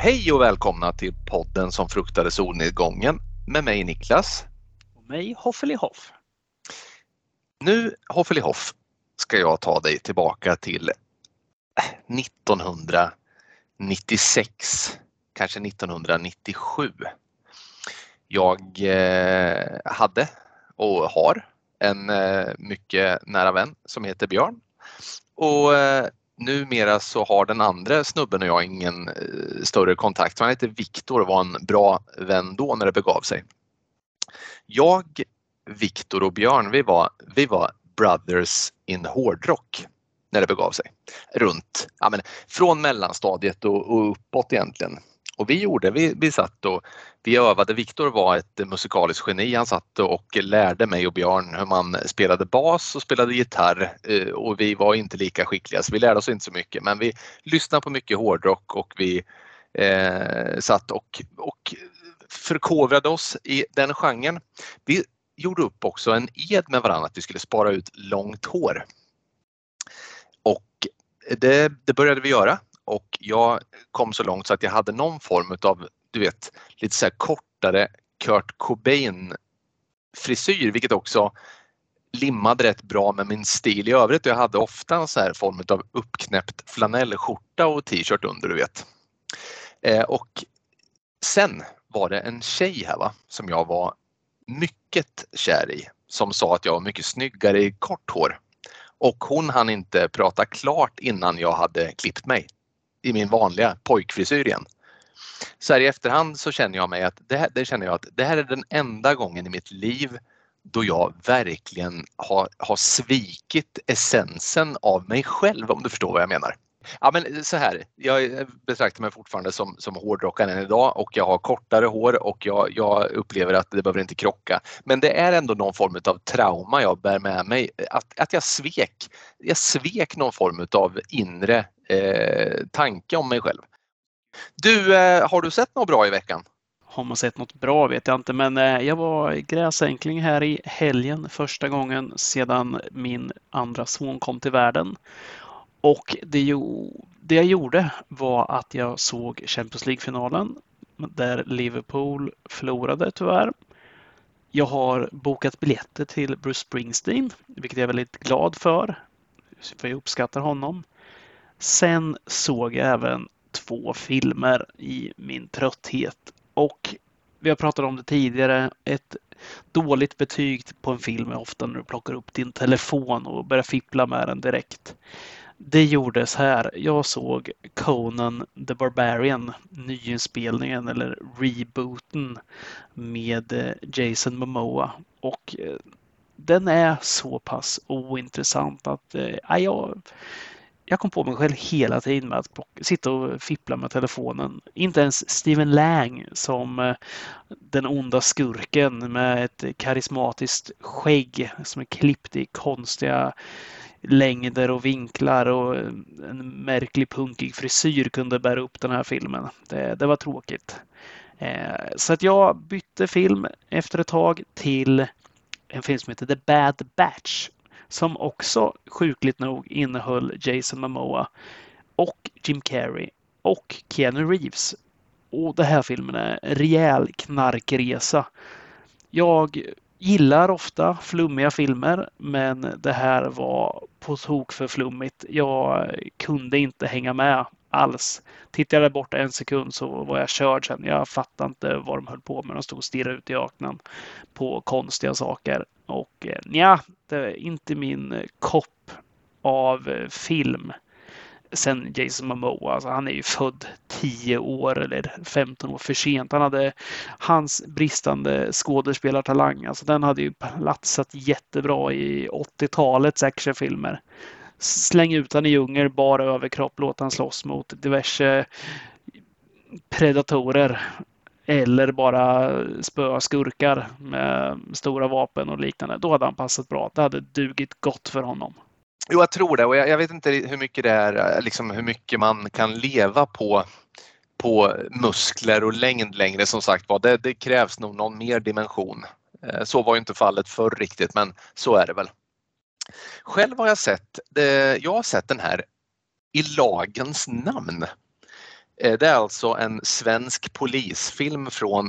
Hej och välkomna till podden som fruktade solnedgången med mig Niklas. Och mig Hoffelihoff. Nu Hoffelihoff ska jag ta dig tillbaka till 1996, kanske 1997. Jag hade och har en mycket nära vän som heter Björn. Och numera så har den andra snubben och jag ingen större kontakt. Han heter Viktor och var en bra vän då när det begav sig. Jag, Viktor och Björn, vi var brothers in hårdrock när det begav sig. Runt, från mellanstadiet och uppåt egentligen. Och vi satt och vi övade. Viktor var ett musikaliskt geni. Han satt och lärde mig och Björn hur man spelade bas och spelade gitarr. Och vi var inte lika skickliga så vi lärde oss inte så mycket. Men vi lyssnade på mycket hårdrock och vi satt och förkovrade oss i den genren. Vi gjorde upp också en ed med varandra att vi skulle spara ut långt hår. Och det började vi göra. Och jag kom så långt så att jag hade någon form av, lite så här kortare Kurt Cobain frisyr, vilket också limmade rätt bra med min stil i övrigt. Jag hade ofta en så här form av uppknäppt flanellskjorta och t-shirt under, Och sen var det en tjej här som jag var mycket kär i, som sa att jag var mycket snyggare i kort hår. Och hon hann inte prata klart innan jag hade klippt mig i min vanliga pojkfrisyr igen. Så här i efterhand så känner jag mig att det här är den enda gången i mitt liv då jag verkligen har svikit essensen av mig själv, om du förstår vad jag menar. Ja, men så här, jag betraktar mig fortfarande som hårdrockaren än idag och jag har kortare hår och jag upplever att det behöver inte krocka. Men det är ändå någon form av trauma jag bär med mig. Att jag svek någon form av inre tanke om mig själv. Du, har du sett något bra i veckan? Har man sett något bra vet jag inte, men jag var gräsänkling här i helgen första gången sedan min andra son kom till världen. Och det jag gjorde var att jag såg Champions League-finalen där Liverpool förlorade tyvärr. Jag har bokat biljetter till Bruce Springsteen, vilket jag är väldigt glad för jag uppskattar honom. Sen såg jag även 2 filmer i min trötthet. Och vi har pratat om det tidigare. Ett dåligt betyg på en film är ofta när du plockar upp din telefon och börjar fippla med den direkt. Det gjordes här. Jag såg Conan the Barbarian, nyinspelningen eller rebooten med Jason Momoa. Och den är så pass ointressant att jag kom på mig själv hela tiden med att sitta och fippla med telefonen. Inte ens Stephen Lang som den onda skurken med ett karismatiskt skägg som är klippt i konstiga längder och vinklar och en märklig punkig frisyr kunde bära upp den här filmen. Det var tråkigt. Så att jag bytte film efter ett tag till en film som heter The Bad Batch. Som också sjukligt nog innehöll Jason Momoa och Jim Carrey och Keanu Reeves. Och det här filmen är en rejäl knarkresa. Jag gillar ofta flummiga filmer, men det här var på tok för flummigt. Jag kunde inte hänga med alls. Tittade jag bort en sekund så var jag körd sen. Jag fattade inte vad de höll på med. De stod och stirrade ut i öknen på konstiga saker. Och det är inte min kopp av film. Sen Jason Momoa, alltså han är ju född 10 år eller 15 år för sent. Hans bristande skådespelartalang, alltså den hade ju platsat jättebra i 80-talets actionfilmer. Släng ut han i djungel, bara överkropp, låt han slåss mot diverse predatorer. Eller bara spöa skurkar med stora vapen och liknande. Då hade han passat bra. Det hade dugit gott för honom. Jo, jag tror det och jag vet inte hur mycket det är, liksom hur mycket man kan leva på muskler och längd längre, som sagt var. Det krävs nog någon mer dimension. Så var ju inte fallet förr riktigt, men så är det väl. Själv har jag sett den här I lagens namn. Det är alltså en svensk polisfilm från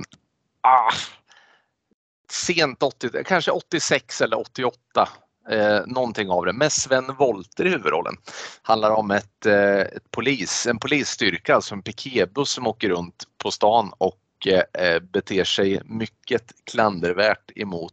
sent 80, kanske 86 eller 88. Någonting av det, med Sven Wollter i huvudrollen. Handlar om en polisstyrka, alltså en piketbuss som åker runt på stan och beter sig mycket klandervärt emot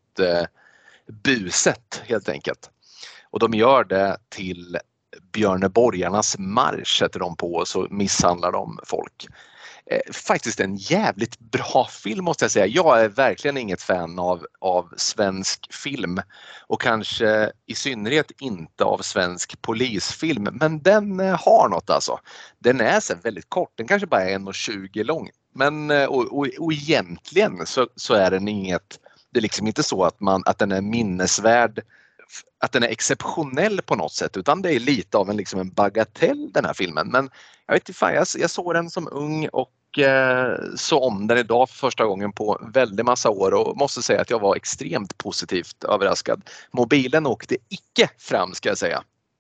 buset helt enkelt. Och de gör det till Björneborgarnas marsch, sätter de på, och så misshandlar de folk. Faktiskt en jävligt bra film måste jag säga. Jag är verkligen inget fan av svensk film och kanske i synnerhet inte av svensk polisfilm, men den har något alltså. Den är så väldigt kort, den kanske bara är 1,20 lång, men och egentligen så är den inget, det är liksom inte så att den är minnesvärd, att den är exceptionell på något sätt, utan det är lite av en bagatell den här filmen. Men jag vet inte fan, jag såg den som ung och så om den idag för första gången på väldigt massa år och måste säga att jag var extremt positivt överraskad. Mobilen åkte icke fram, ska jag säga.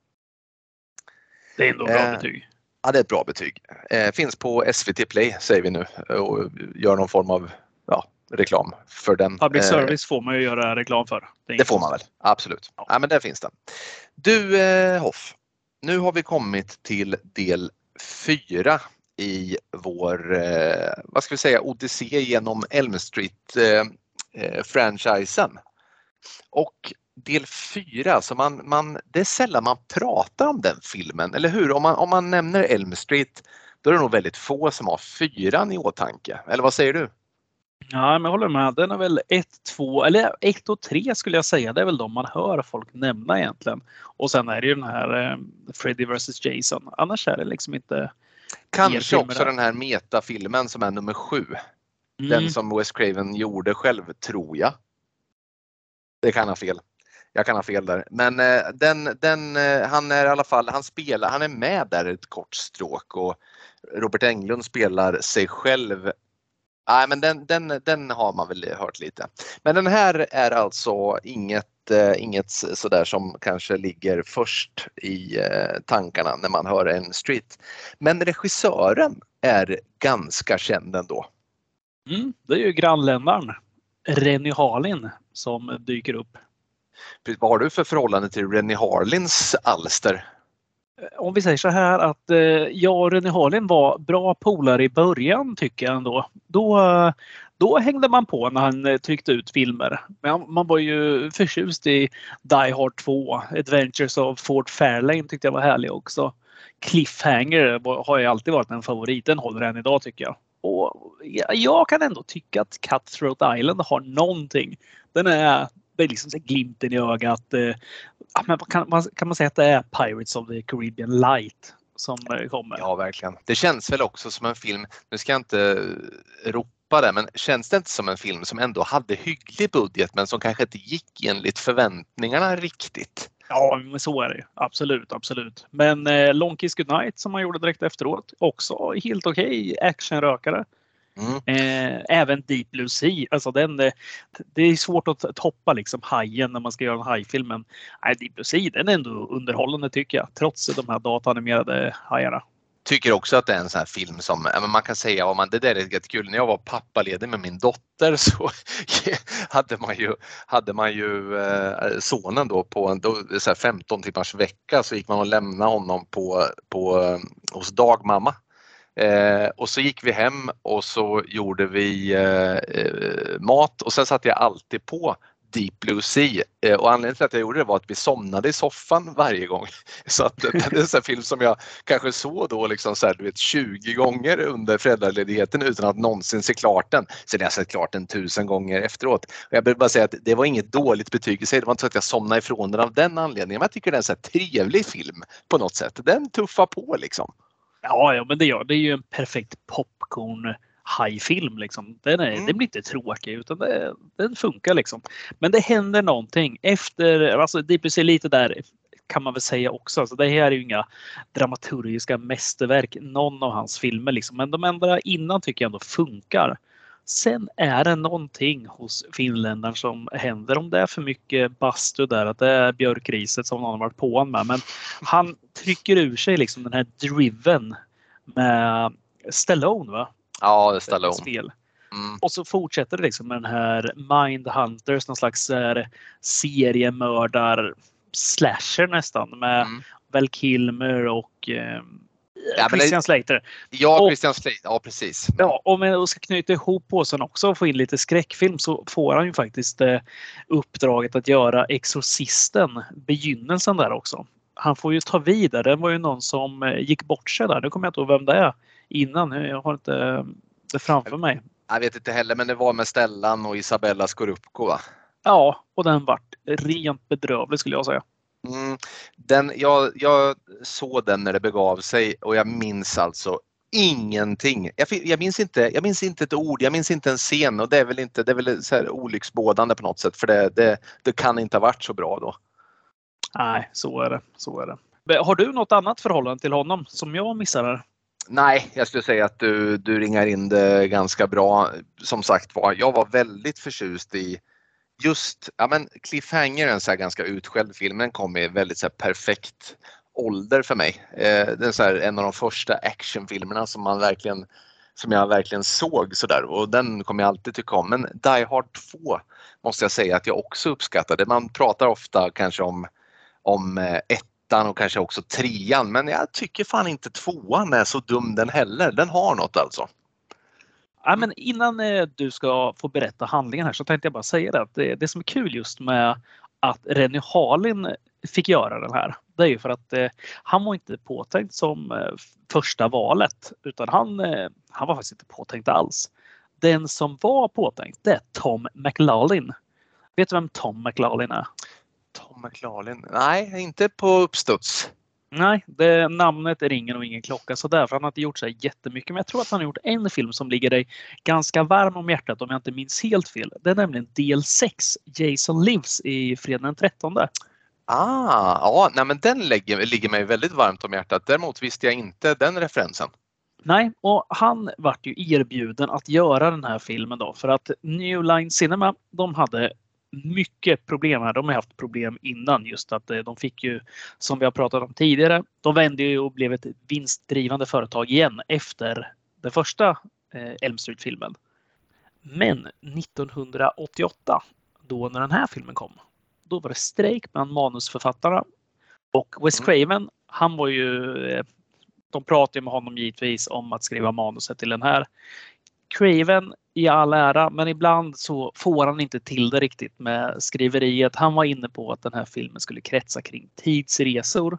Det är ändå bra betyg. Ja, det är ett bra betyg. Finns på SVT Play, säger vi nu, och gör någon form av reklam för den. Public service får man ju göra reklam för. Det får man väl, absolut. Ja, men där finns den. Du Hoff, nu har vi kommit till del 4 i vår, vad ska vi säga, odyssé genom Elm Street-franchisen. Och del 4, så det är sällan man pratar om den filmen, eller hur? Om man nämner Elm Street, då är det nog väldigt få som har 4 i åtanke. Eller vad säger du? Ja, men jag håller med. Den är väl 1, 2 eller 1 och 3 skulle jag säga. Det är väl de man hör folk nämna egentligen. Och sen är det ju den här Freddy vs Jason. Annars är det liksom inte... Kanske också den här metafilmen som är nummer 7. Den som Wes Craven gjorde själv, tror jag. Det kan ha fel. Jag kan ha fel där. Men han är i alla fall, han är med där ett kort stråk, och Robert Englund spelar sig själv. Nej, men den har man väl hört lite. Men den här är alltså inget sådär som kanske ligger först i tankarna när man hör Elm Street. Men regissören är ganska känd ändå. Det är ju grannländaren Renny Harlin som dyker upp. Vad har du för förhållande till Renny Harlins alster? Om vi säger så här att jag och Renny Harlin var bra polare i början, tycker jag ändå. Då hängde man på när han tryckte ut filmer. Men man var ju förtjust i Die Hard 2, Adventures of Fort Fairlane tyckte jag var härlig också. Cliffhanger har ju alltid varit en favorit, den håller än idag tycker jag. Och jag kan ändå tycka att Cutthroat Island har någonting. Det är liksom så glimten i ögat. Men kan man säga att det är Pirates of the Caribbean Light som kommer? Ja, verkligen. Det känns väl också som en film, nu ska jag inte ropa det, men känns det inte som en film som ändå hade hygglig budget men som kanske inte gick enligt förväntningarna riktigt? Ja, men så är det. Absolut. Men Long Kiss Goodnight som man gjorde direkt efteråt, också helt okej actionrökare. Även Deep Blue Sea, alltså det är svårt att toppa liksom hajen när man ska göra en hajfilm, men Deep Blue Sea, den är ändå underhållande tycker jag, trots de här datanimerade hajarna. Tycker också att det är en sån här film som man kan säga, det där är rätt kul. När jag var pappaledig med min dotter så hade man ju sonen då på så här 15 timmars vecka, så gick man och lämnade honom hos dagmamma. Och så gick vi hem och så gjorde vi mat, och sen satte jag alltid på Deep Blue Sea, och anledningen till att jag gjorde det var att vi somnade i soffan varje gång. Så att det är en sån film som jag kanske såg då liksom så här, 20 gånger under föräldraledigheten utan att någonsin se klart den. Sen har jag sett klart den 1000 gånger efteråt. Och jag vill bara säga att det var inget dåligt betyg i sig. Det var inte så att jag somnade ifrån den av den anledningen. Men jag tycker det är en så här trevlig film på något sätt. Den tuffar på liksom. Ja, men det är ju en perfekt popcorn hajfilm liksom. Det blir inte tråkig, utan den funkar liksom. Men det händer någonting efter, alltså det är lite där kan man väl säga också. Alltså, det här är ju inga dramaturgiska mästerverk, någon av hans filmer liksom. Men de andra innan tycker jag ändå funkar. Sen är det någonting hos finländaren som händer, om det är för mycket bastu där, att det är björkriset som någon har varit på honom med. Men han trycker ur sig liksom den här driven med Stallone, va? Ja, det är Stallone. Spel. Mm. Och så fortsätter det liksom med den här Mindhunters, någon slags seriemördar slasher nästan med Val Kilmer och Christian Slater. Ja, och, Christian Slater. Ja, precis. Ja, om jag ska knyta ihop påsen också och få in lite skräckfilm så får han ju faktiskt uppdraget att göra Exorcisten, begynnelsen där också. Han får ju ta vidare. Det var ju någon som gick bort sig där. Nu kommer jag inte ihåg vem det är innan. Jag har inte det framför mig. Jag vet inte heller, men det var med Stellan och Isabella Scorupco, va? Ja, och den vart rent bedrövlig skulle jag säga. Jag såg den när det begav sig och jag minns alltså ingenting. Jag minns inte ett ord, jag minns inte en scen och det är väl så här olycksbådande på något sätt för det kan inte ha varit så bra då. Nej, så är det. Har du något annat förhållande till honom som jag missar? Nej, jag skulle säga att du ringar in det ganska bra. Som sagt jag var väldigt förtjust i just, Cliffhanger är en så här ganska utskälld film. Den kom i väldigt så här perfekt ålder för mig. Det är så här en av de första actionfilmerna som jag verkligen såg så där, och den kommer jag alltid tycka om. Men Die Hard 2 måste jag säga att jag också uppskattade. Man pratar ofta kanske om ettan och kanske också trean, men jag tycker fan inte tvåan är så dum den heller. Den har något alltså. Ja, men innan du ska få berätta handlingen här så tänkte jag bara säga det att det som är kul just med att Renny Harlin fick göra den här, det är ju för att han var inte påtänkt som första valet, utan han var faktiskt inte påtänkt alls. Den som var påtänkt, det är Tom McLaughlin. Vet du vem Tom McLaughlin är? Tom McLaughlin? Nej, inte på uppstuds. Nej, det namnet ringer nog ingen klocka så därför han har inte gjort så jättemycket. Men jag tror att han har gjort en film som ligger dig ganska varm om hjärtat om jag inte minns helt fel. Det är nämligen del 6, Jason Lives i fredagen den 13. Men den ligger mig väldigt varmt om hjärtat. Däremot visste jag inte den referensen. Nej, och han vart ju erbjuden att göra den här filmen då för att New Line Cinema, de hade mycket problem här. De har haft problem innan just att de fick ju, som vi har pratat om tidigare, de vände ju och blev ett vinstdrivande företag igen efter den första Elm Street-filmen. Men 1988, då när den här filmen kom, då var det strejk bland manusförfattarna. Och Wes Craven, han var ju, de pratade med honom givetvis om att skriva manuset till den här. Craven i all ära, men ibland så får han inte till det riktigt med skriveriet. Han var inne på att den här filmen skulle kretsa kring tidsresor.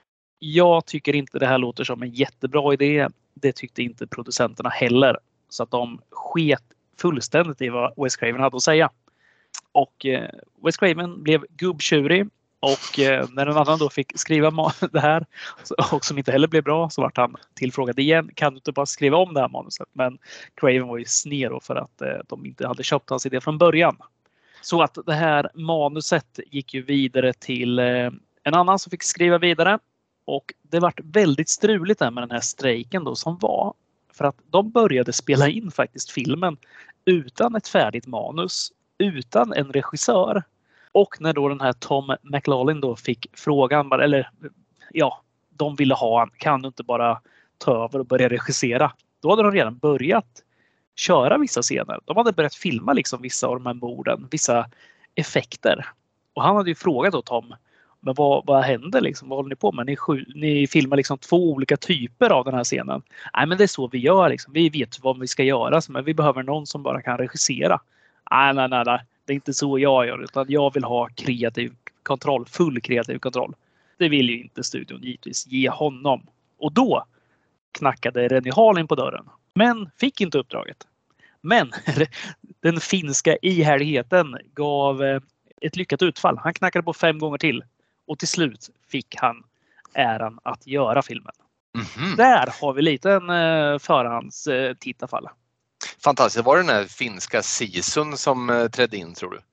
Jag tycker inte det här låter som en jättebra idé. Det tyckte inte producenterna heller. Så att de sket fullständigt i vad Wes Craven hade att säga. Och Wes Craven blev gubbtjurig. Och när en annan då fick skriva det här och som inte heller blev bra så vart han tillfrågad igen. Kan du inte bara skriva om det här manuset? Men Craven var ju sned för att de inte hade köpt hans idé från början. Så att det här manuset gick ju vidare till en annan som fick skriva vidare. Och det vart väldigt struligt där med den här strejken då som var. För att de började spela in faktiskt filmen utan ett färdigt manus, utan en regissör. Och när då den här Tom McLaughlin då fick frågan, eller ja, de ville ha han, kan du inte bara ta över och börja regissera? Då hade de redan börjat köra vissa scener. De hade börjat filma liksom vissa av de här morden, vissa effekter. Och han hade ju frågat då Tom, men vad händer liksom? Vad håller ni på med? Ni filmar liksom 2 olika typer av den här scenen. Nej, men det är så vi gör liksom. Vi vet vad vi ska göra, men vi behöver någon som bara kan regissera. Nej. Det är inte så jag gör, utan jag vill ha kreativ kontroll, full kreativ kontroll. Det vill ju inte studion givetvis ge honom. Och då knackade Renny Harlin på dörren. Men fick inte uppdraget. Men den finska ihärdigheten gav ett lyckat utfall. Han knackade på 5 gånger till. Och till slut fick han äran att göra filmen. Mm-hmm. Där har vi lite en förhandstittarfall. Fantastiskt. Var det den här finska sisun som trädde in, tror du?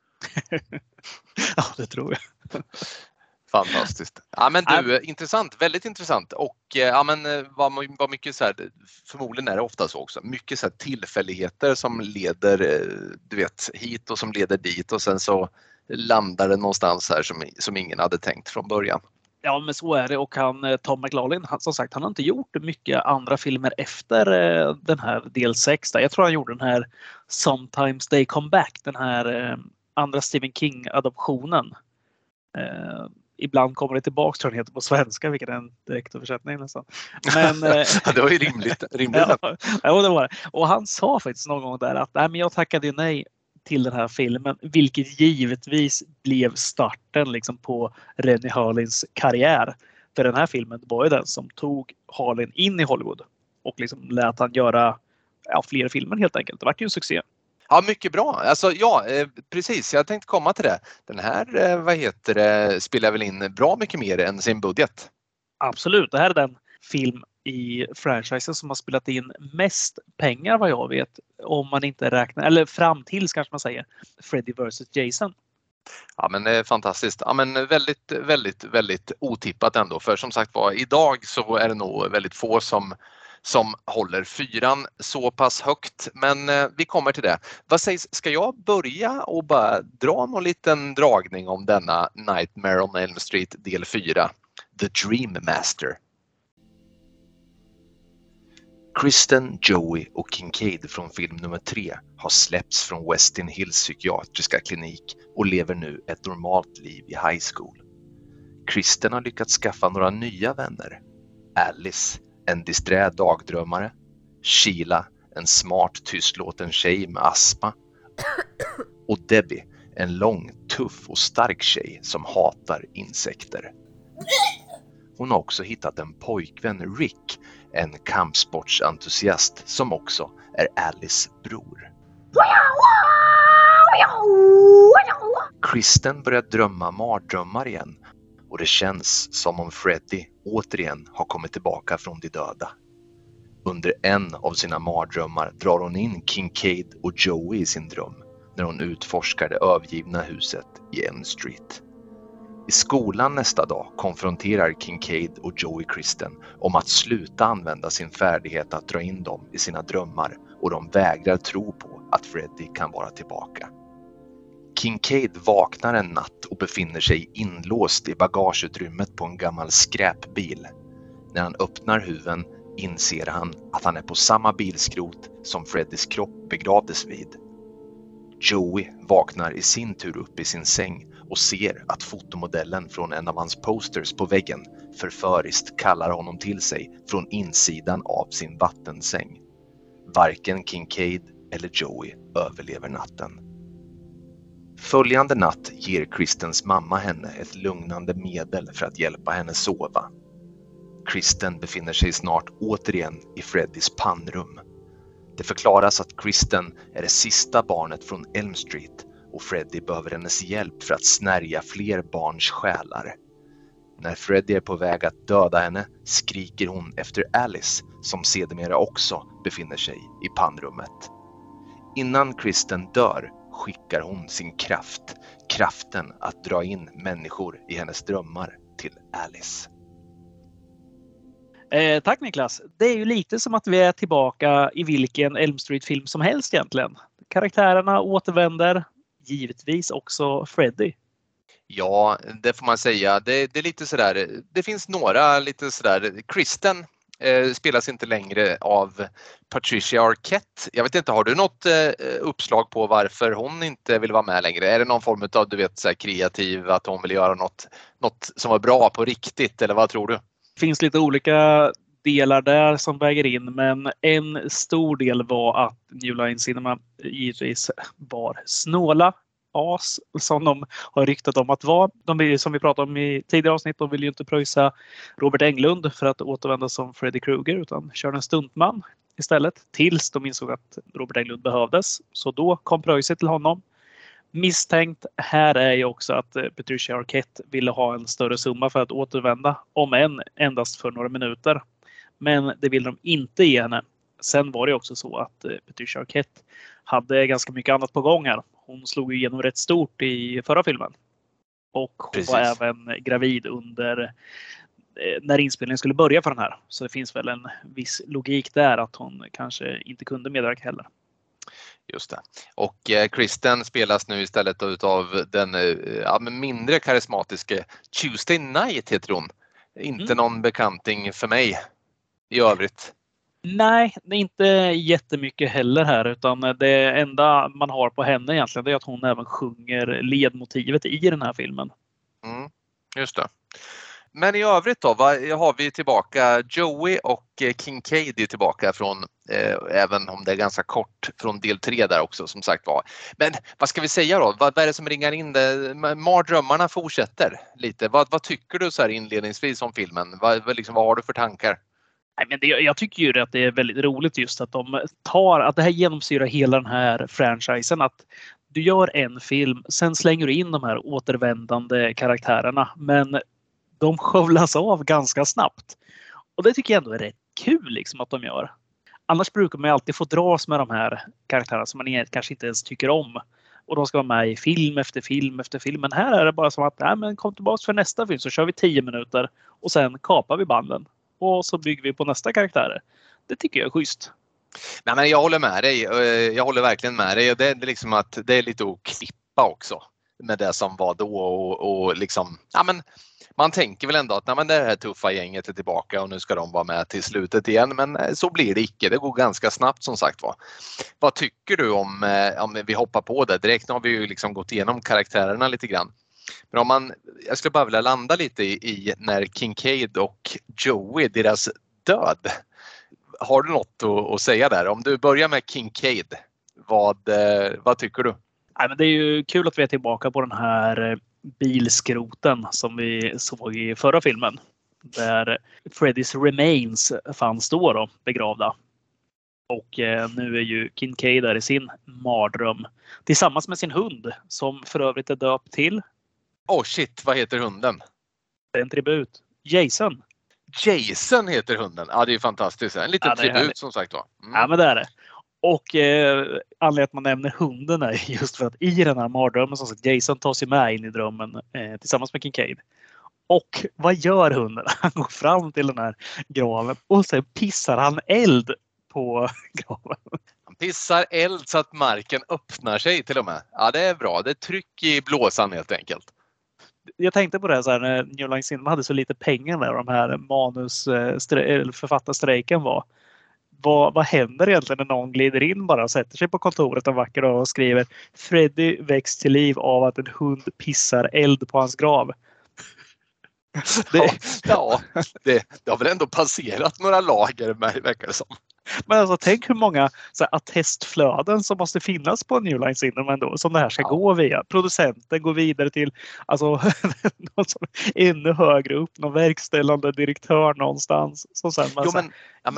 Ja, det tror jag. Fantastiskt. Ja, men du, intressant. Väldigt intressant. Och ja, men var mycket så här, förmodligen är det ofta så också, mycket så här tillfälligheter som leder, du vet, hit och som leder dit och sen så landar det någonstans här som ingen hade tänkt från början. Ja, men så är det. Och Tom McLaughlin, som sagt, han har inte gjort mycket andra filmer efter den här del 6. Jag tror han gjorde den här Sometimes They Come Back, den här andra Stephen King-adoptionen. Ibland kommer det tillbaka, tror jag den heter på svenska, vilket är en direktöversättning nästan. Men, det var ju rimligt. Ja, det var det. Och han sa faktiskt någon gång där att nej, men jag tackade nej till den här filmen, vilket givetvis blev starten liksom på Rennie Harlins karriär. För den här filmen var ju den som tog Harlin in i Hollywood och liksom lät han göra fler filmer helt enkelt. Det var ju en succé. Ja, mycket bra. Alltså, precis. Jag tänkte komma till det. Den här, spelar väl in bra mycket mer än sin budget. Absolut. Det här är den film i franchisen som har spelat in mest pengar vad jag vet. Om man inte räknar, eller fram tills kanske man säger, Freddy vs. Jason. Ja, men det är fantastiskt. Ja, men väldigt, väldigt, väldigt otippat ändå. För som sagt var, idag så är det nog väldigt få som håller 4 så pass högt. Men vi kommer till det. Vad sägs, ska jag börja och bara dra någon liten dragning om denna Nightmare on Elm Street del 4, The Dream Master? Kristen, Joey och Kincaid från film nummer 3 har släppts från Westin Hills psykiatriska klinik och lever nu ett normalt liv i high school. Kristen har lyckats skaffa några nya vänner. Alice, en disträ dagdrömmare. Sheila, en smart tystlåten tjej med astma. Och Debbie, en lång, tuff och stark tjej som hatar insekter. Hon har också hittat en pojkvän, Rick, en kampsportsentusiast som också är Alice bror. Kristen börjar drömma mardrömmar igen och det känns som om Freddy återigen har kommit tillbaka från de döda. Under en av sina mardrömmar drar hon in Kincaid och Joey i sin dröm när hon utforskar det övergivna huset i Elm Street. I skolan nästa dag konfronterar Kincaid och Joey Kristen om att sluta använda sin färdighet att dra in dem i sina drömmar och de vägrar tro på att Freddy kan vara tillbaka. Kincaid vaknar en natt och befinner sig inlåst i bagageutrymmet på en gammal skräpbil. När han öppnar huven inser han att han är på samma bilskrot som Freddys kropp begravdes vid. Joey vaknar i sin tur upp i sin säng och ser att fotomodellen från en av hans posters på väggen förföriskt kallar honom till sig från insidan av sin vattensäng. Varken Kincaid eller Joey överlever natten. Följande natt ger Kristens mamma henne ett lugnande medel för att hjälpa henne sova. Kristen befinner sig snart återigen i Freddys pannrum. Det förklaras att Kristen är det sista barnet från Elm Street och Freddy behöver hennes hjälp för att snärja fler barns själar. När Freddy är på väg att döda henne skriker hon efter Alice som sedermera också befinner sig i pannrummet. Innan Kristen dör skickar hon sin kraft, kraften att dra in människor i hennes drömmar till Alice. Tack Niklas. Det är ju lite som att vi är tillbaka i vilken Elm Street-film som helst egentligen. Karaktärerna återvänder, givetvis också Freddy. Ja, det får man säga. Det är lite sådär, det finns några lite sådär, Kristen spelas inte längre av Patricia Arquette. Jag vet inte, har du något uppslag på varför hon inte vill vara med längre? Är det någon form av, du vet, så här kreativ, att hon vill göra något som var bra på riktigt, eller vad tror du? Det finns lite olika delar där som väger in, men en stor del var att New Line Cinema givetvis var snåla as som de har ryktat om att vara. De vill, som vi pratade om i tidigare avsnitt, de vill ju inte pröjsa Robert Englund för att återvända som Freddy Krueger utan körde en stuntman istället tills de insåg att Robert Englund behövdes. Så då kom pröjset till honom. Misstänkt här är ju också att Patricia Arquette ville ha en större summa för att återvända, om än endast för några minuter. Men det vill de inte ge henne. Sen var det också så att Patricia Arquette hade ganska mycket annat på gång här. Hon slog igenom rätt stort i förra filmen. Och hon var även gravid under när inspelningen skulle börja för den här. Så det finns väl en viss logik där att hon kanske inte kunde medverka heller. Just det. Och Kristen spelas nu istället utav den mindre karismatiska Tuesday Knight heter hon. Inte någon bekanting för mig i övrigt. Nej, det är inte jättemycket heller här, utan det enda man har på henne egentligen är att hon även sjunger ledmotivet i den här filmen. Just det. Men i övrigt då, vad har vi tillbaka? Joey och Kincaid är tillbaka från, även om det är ganska kort, från del 3 där också som sagt var. Men vad ska vi säga då? Vad är det som ringar in det? Mardrömmarna fortsätter lite. Vad tycker du så här inledningsvis om filmen? Vad har du för tankar? Nej, men jag tycker ju att det är väldigt roligt just att att det här genomsyrar hela den här franchisen. Att du gör en film, sen slänger du in de här återvändande karaktärerna. Men de skövlas av ganska snabbt. Och det tycker jag ändå är rätt kul liksom, att de gör. Annars brukar man alltid få dras med de här karaktärerna som man kanske inte ens tycker om. Och de ska vara med i film efter film efter film. Men här är det bara som att kom tillbaka för nästa film så kör vi 10 minuter. Och sen kapar vi banden. Och så bygger vi på nästa karaktär. Det tycker jag är schysst. Nej, men jag håller med dig. Jag håller verkligen med dig. Det är liksom att det är lite att klippa också med det som var då och liksom, man tänker väl ändå att det här tuffa gänget är tillbaka och nu ska de vara med till slutet igen, men så blir det icke. Det går ganska snabbt som sagt var. Vad tycker du om vi hoppar på det direkt? Nu har vi ju liksom gått igenom karaktärerna lite grann. Men jag skulle bara vilja landa lite i när Kincaid och Joey, deras död. Har du något att säga där? Om du börjar med Kincaid, vad tycker du? Nej, men det är ju kul att vi är tillbaka på den här bilskroten som vi såg i förra filmen. Där Freddys remains fanns då begravda. Och nu är ju Kincaid där i sin mardröm. Tillsammans med sin hund som för övrigt är döpt till. Vad heter hunden? Det är en tribut. Jason. Jason heter hunden. Ja, det är fantastiskt. En liten tribut som sagt var. Ja, men det är det. Och anledningen att man nämner hunden är just för att i den här mardrömmen som sagt, Jason tar sig med in i drömmen tillsammans med Kincaid. Och vad gör hunden? Han går fram till den här graven och sen pissar han eld på graven. Han pissar eld så att marken öppnar sig till och med. Ja, det är bra. Det är tryck i blåsan helt enkelt. Jag tänkte på det så här när New Line Cinema hade så lite pengar när de här författarstrejken var. Vad händer egentligen när någon glider in bara och sätter sig på kontoret en vacker dag och skriver Freddy väcks till liv av att en hund pissar eld på hans grav. Det har väl ändå passerat några lager verkar det som. Men alltså, tänk hur många attestflöden som måste finnas på New Line Cinema ändå, som det här ska gå via. Producenten går vidare till någon som ännu högre upp, någon verkställande direktör någonstans. Som sen verkligen.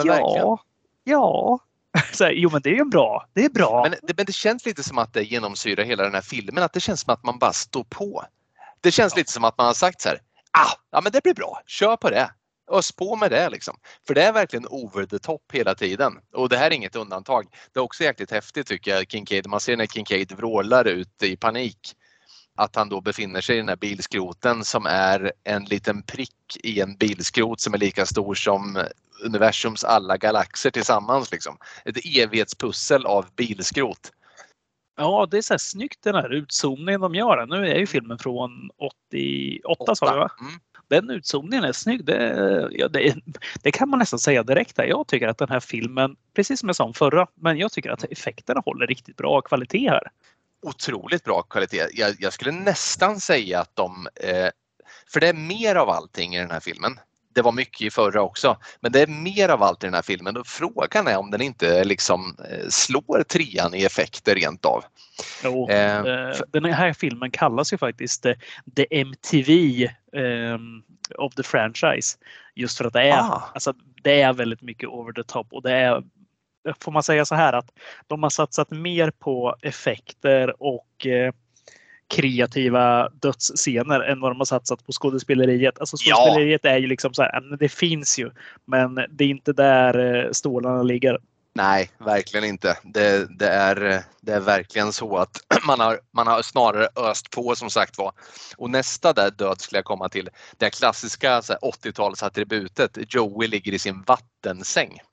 Men det är ju bra. Det är bra. Men det känns lite som att det genomsyrar hela den här filmen. Att det känns som att man bara står på. Det känns lite som att man har sagt så här. Men det blir bra. Kör på det. Ös på med det liksom. För det är verkligen over the top hela tiden. Och det här är inget undantag. Det är också jäkligt häftigt tycker jag. Kincaid. Man ser när Kincaid vrålar ut i panik. Att han då befinner sig i den här bilskroten som är en liten prick i en bilskrot som är lika stor som universums alla galaxer tillsammans. Liksom. Ett evighetspussel av bilskrot. Ja, det är så här snyggt den här utzoomningen de gör. Nu är ju filmen från 88 sa vi va? Den utzoomningen är snygg. Det kan man nästan säga direkt. Jag tycker att den här filmen, precis som jag sa om förra, men jag tycker att effekterna håller riktigt bra kvalitet här. Otroligt bra kvalitet. Jag skulle nästan säga att för det är mer av allting i den här filmen. Det var mycket i förra också, men det är mer av allt i den här filmen och frågan är om den inte liksom slår 3:an i effekter rent av. Jo, den här filmen kallas ju faktiskt The MTV of the franchise. Just för att det är väldigt mycket over the top och det är, får man säga så här, att de har satsat mer på effekter och kreativa dödsscener än vad de har satsat på skådespeleriet. Alltså skådespeleriet är ju liksom så här, det finns ju, men det är inte där stålarna ligger. Nej, verkligen inte. Det är verkligen så att man har snarare öst på som sagt var. Och nästa där död skulle jag komma till. Det klassiska 80-talsattributet. Joey ligger i sin vattensäng.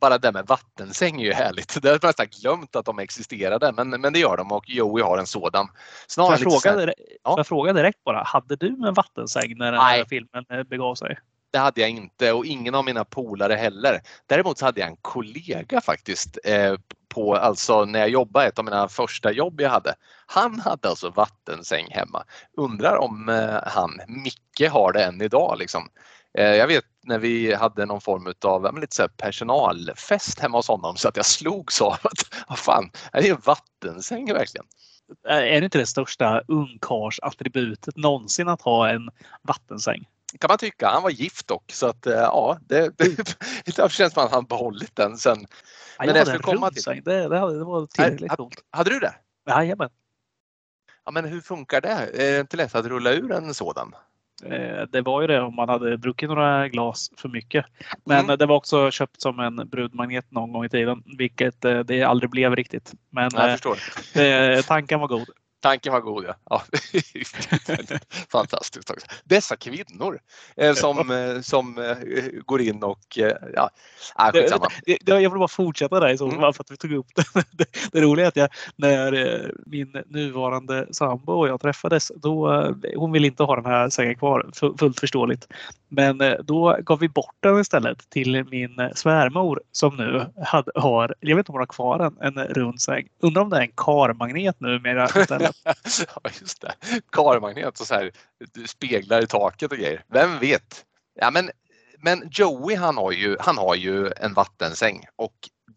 bara det med vattensäng är ju härligt. Det har jag nästan glömt att de existerade, men det gör de och Joey har en sådan. Får jag fråga direkt bara, hade du en vattensäng när den här filmen begav sig? Det hade jag inte och ingen av mina polare heller. Däremot så hade jag en kollega faktiskt alltså när jag jobbade, ett av mina första jobb jag hade. Han hade alltså vattensäng hemma. Undrar om Micke har det än idag liksom. Jag vet när vi hade någon form av lite så här personalfest hemma hos honom så att jag slogs av att vad fan, är det en vattensäng verkligen? Är det inte det största ungkarsattributet någonsin att ha en vattensäng? Kan man tycka. Han var gift dock så att ja, det känns som att han behållit den sen. Men jag komma till. Det var tillräckligt coolt. Hade du det? Jajamän. Ja, men hur funkar det? Är det inte lätt att rulla ur en sådan? Det var ju det om man hade druckit några glas för mycket. Men det var också köpt som en brudmagnet någon gång i tiden. Vilket det aldrig blev riktigt. Men jag förstår. Tanken var god. Tanken var god, ja. Fantastiskt också. Dessa kvinnor som går in och skitsamma. Jag vill bara fortsätta där så för att vi tog upp det. Det roliga är att när min nuvarande sambo och jag träffades, då hon ville inte ha den här sängen kvar, fullt förståeligt. Men då gav vi bort den istället till min svärmor som nu har, jag vet inte om hon har kvar en rund säng. Undrar om det är en karmagnet numera istället. Ja, just det. Karmagnet och så här speglar i taket och grejer. Vem vet? Ja, men Joey han har ju en vattensäng och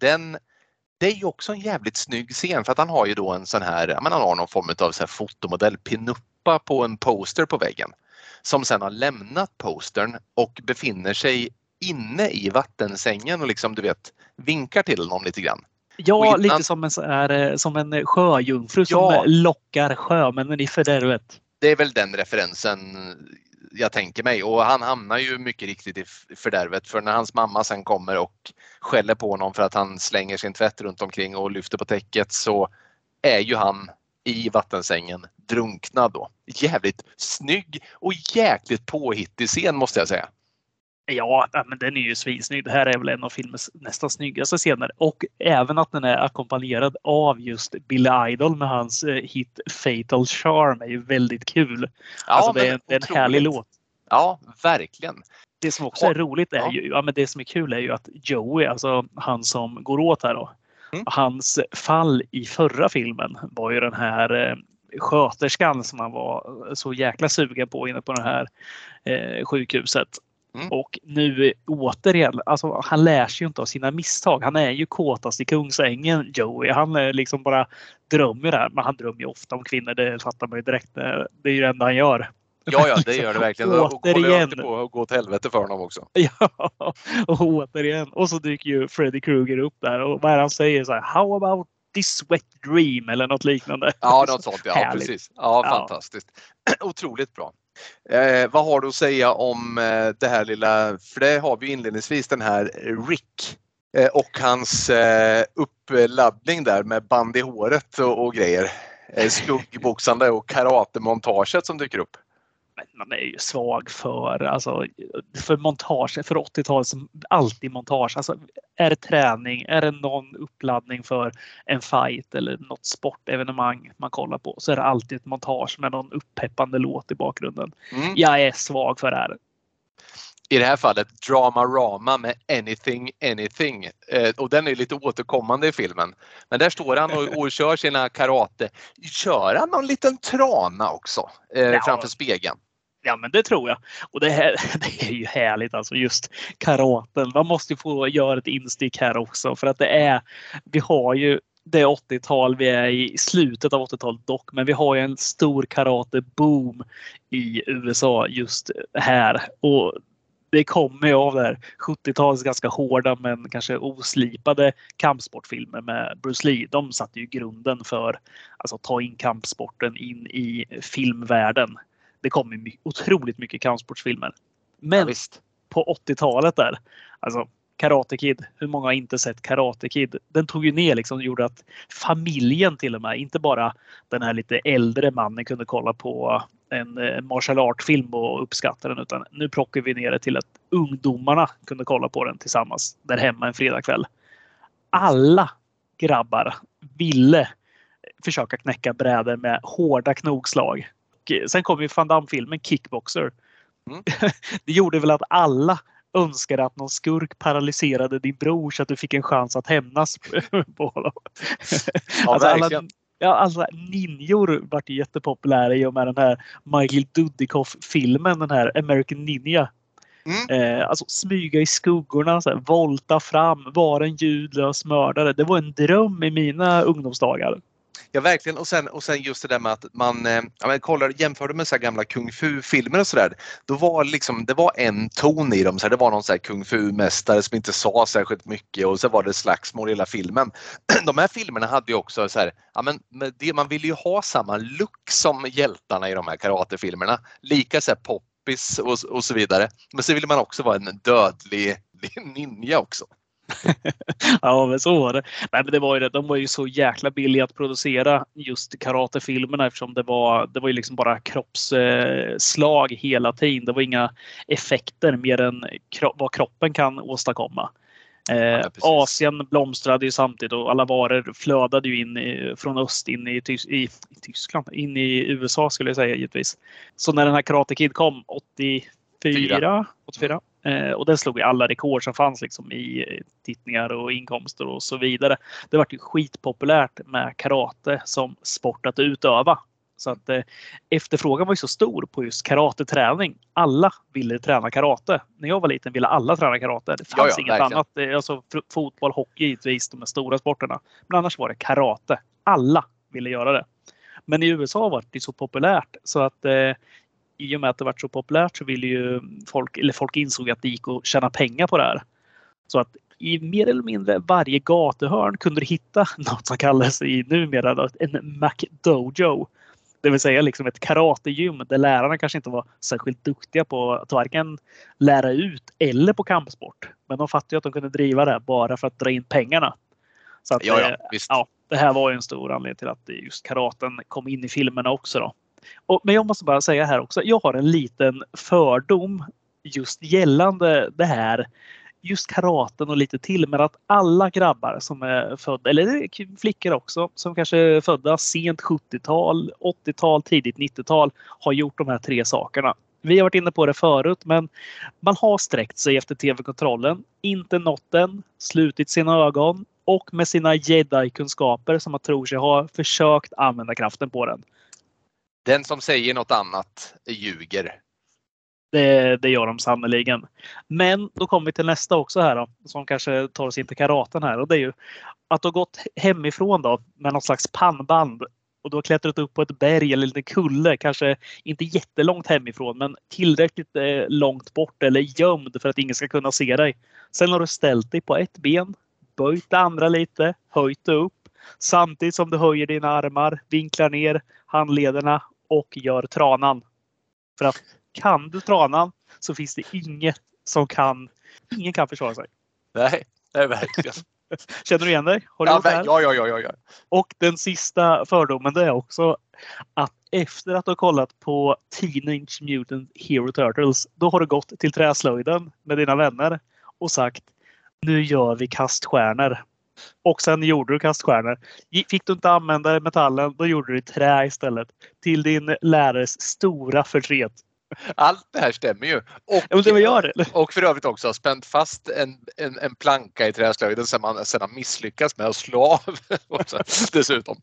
det är ju också en jävligt snygg scen för att han har ju då en sån här, han har någon form av så här fotomodell pinuppa på en poster på väggen som sen har lämnat postern och befinner sig inne i vattensängen och liksom du vet vinkar till honom lite grann. Ja, lite som en sjöjungfru som lockar sjömännen i fördärvet. Det är väl den referensen jag tänker mig och han hamnar ju mycket riktigt i fördärvet för när hans mamma sen kommer och skäller på honom för att han slänger sin tvätt runt omkring och lyfter på täcket så är ju han i vattensängen drunknad då. Jävligt snygg och jäkligt påhittig scen måste jag säga. Ja, men den är ju svinsnygg. Det här är väl en av filmens nästan snyggaste scener. Och även att den är ackompanjerad av just Billy Idol med hans hit Fatal Charm är ju väldigt kul. Ja, alltså det är en härlig låt. Ja, verkligen. Det som också är roligt är ju, men det som är kul är ju att Joey, alltså han som går åt här då. Hans fall i förra filmen var ju den här sköterskan som han var så jäkla sugen på inne på det här sjukhuset. Och nu återigen, alltså han lär sig ju inte av sina misstag. Han är ju kåtast i Kungsängen, Joey. Han liksom bara drömmer där. Men han drömmer ju ofta om kvinnor, det fattar man ju direkt. Det är ju det enda han gör. Ja, det gör det verkligen. Återigen. Och på att gå till helvete för honom också. Ja, och återigen. Och så dyker ju Freddy Krueger upp där. Och vad är han säger så här, how about this wet dream? Eller något liknande. Ja, något sånt. Ja, precis. Ja, fantastiskt. Otroligt bra. Vad har du att säga om det här lilla, för det har vi inledningsvis den här Rick och hans uppladdning där med band i håret och grejer. Skuggboxande och karatemontaget som dyker upp. Man är ju svag för montage, för 80-talet som alltid montage. Alltså, är det träning, är det någon uppladdning för en fight eller något sportevenemang man kollar på så är det alltid ett montage med någon uppeppande låt i bakgrunden. Jag är svag för det här. I det här fallet Dramarama med Anything. Och den är lite återkommande i filmen. Men där står han och kör sina karate. Kör han någon liten trana också framför spegeln? Ja, men det tror jag. Och det är ju härligt alltså just karaten. Man måste ju få göra ett instick här också för att vi har ju det 80-tal, vi är i slutet av 80-talet dock, men vi har ju en stor karate-boom i USA just här. Och det kommer ju av det här 70-talets ganska hårda men kanske oslipade kampsportfilmer med Bruce Lee. De satte ju grunden för att ta in kampsporten in i filmvärlden. Det kom ju otroligt mycket kampsportsfilmer. Men på 80-talet där, alltså Karate Kid, hur många har inte sett Karate Kid? Den tog ju ner liksom, gjorde att familjen till och med, inte bara den här lite äldre mannen kunde kolla på en martial art-film och uppskatta den, utan nu plockar vi ner det till att ungdomarna kunde kolla på den tillsammans där hemma en fredagkväll. alla grabbar ville försöka knäcka brädor med hårda knogslag. Och sen kom ju Van Damme-filmen Kickboxer. Mm. Det gjorde väl att alla önskade att någon skurk paralyserade din bror så att du fick en chans att hämnas på honom. Ja, alltså verkligen. alla ninjor vart ju jättepopulära i och med den här Michael Dudikoff-filmen, den här American Ninja. Alltså smyga i skuggorna, så här, volta fram, vara en ljudlös mördare. Det var en dröm i mina ungdomsdagar. Ja, verkligen. Och sen just det där med att man jämförde med så här gamla kung fu-filmer och sådär. Då var liksom, det var en ton i dem. Så här, det var någon så här kung fu-mästare som inte sa särskilt mycket och så var det slagsmål i hela filmen. De här filmerna hade ju också så här, man ville ju ha samma look som hjältarna i de här karatefilmerna. Lika så här poppis och så vidare. Men så ville man också vara en dödlig ninja också. Ja, men så var det. Nej, men det var ju det. De var ju så jäkla billiga att producera just karatefilmerna eftersom det var ju liksom bara kroppsslag hela tiden. Det var inga effekter mer än vad kroppen kan åstadkomma. Asien blomstrade ju samtidigt och alla varor flödade ju in från öst in i Tyskland, in i USA skulle jag säga givetvis. Så när den här Karate Kid kom 84 och den slog i alla rekord som fanns liksom i tittningar och inkomster och så vidare. Det var ju skitpopulärt med karate som sport att utöva. Så att efterfrågan var ju så stor på just karateträning. Alla ville träna karate. När jag var liten ville alla träna karate. Det fanns inget verkligen. annat. Alltså fotboll, hockey givetvis, de stora sporterna. Men annars var det karate. Alla ville göra det. Men i USA var det så populärt så att i och med att det var så populärt så ville ju folk insåg att det gick att tjäna pengar på det här. Så att i mer eller mindre varje gatuhörn kunde du hitta något som kallas i numera en McDojo. Det vill säga liksom ett karategym där lärarna kanske inte var särskilt duktiga på att varken lära ut eller på kampsport. Men de fattade ju att de kunde driva det bara för att dra in pengarna. Så att, visst. det här var ju en stor anledning till att just karaten kom in i filmerna också då. Men jag måste bara säga här också, jag har en liten fördom just gällande det här, just karaten och lite till, men att alla grabbar som är födda, eller flickor också, som kanske är födda sent 70-tal, 80-tal, tidigt 90-tal har gjort de här 3 sakerna. Vi har varit inne på det förut, men man har sträckt sig efter TV-kontrollen, inte nått den, slutit sina ögon och med sina Jedi-kunskaper som man tror sig ha försökt använda kraften på den. Den som säger något annat ljuger. Det gör de sannoliken. Men då kommer vi till nästa också här då, som kanske tar oss in till karaten här. Och det är ju att du har gått hemifrån då med någon slags pannband. Och du har klättrat upp på ett berg eller en liten kulle. Kanske inte jättelångt hemifrån men tillräckligt långt bort eller gömd för att ingen ska kunna se dig. Sen har du ställt dig på ett ben, böjt det andra lite, höjt det upp. Samtidigt som du höjer dina armar, vinklar ner handlederna och gör tranan. För att kan du tranan så finns det ingen kan försvara sig. Nej, det är verkligen. Känner du igen dig? Har du gjort det här? Ja. Och den sista fördomen det är också att efter att du har kollat på Teenage Mutant Hero Turtles, då har du gått till träslöjden med dina vänner och sagt nu gör vi kaststjärnor. Och sen gjorde du kaststjärnor. Fick du inte använda metallen, då gjorde du trä istället. Till din lärares stora förtret. Allt det här stämmer ju. Och för övrigt också spänt fast en planka i träslöjden som man sedan har misslyckats med att slå av. Dessutom.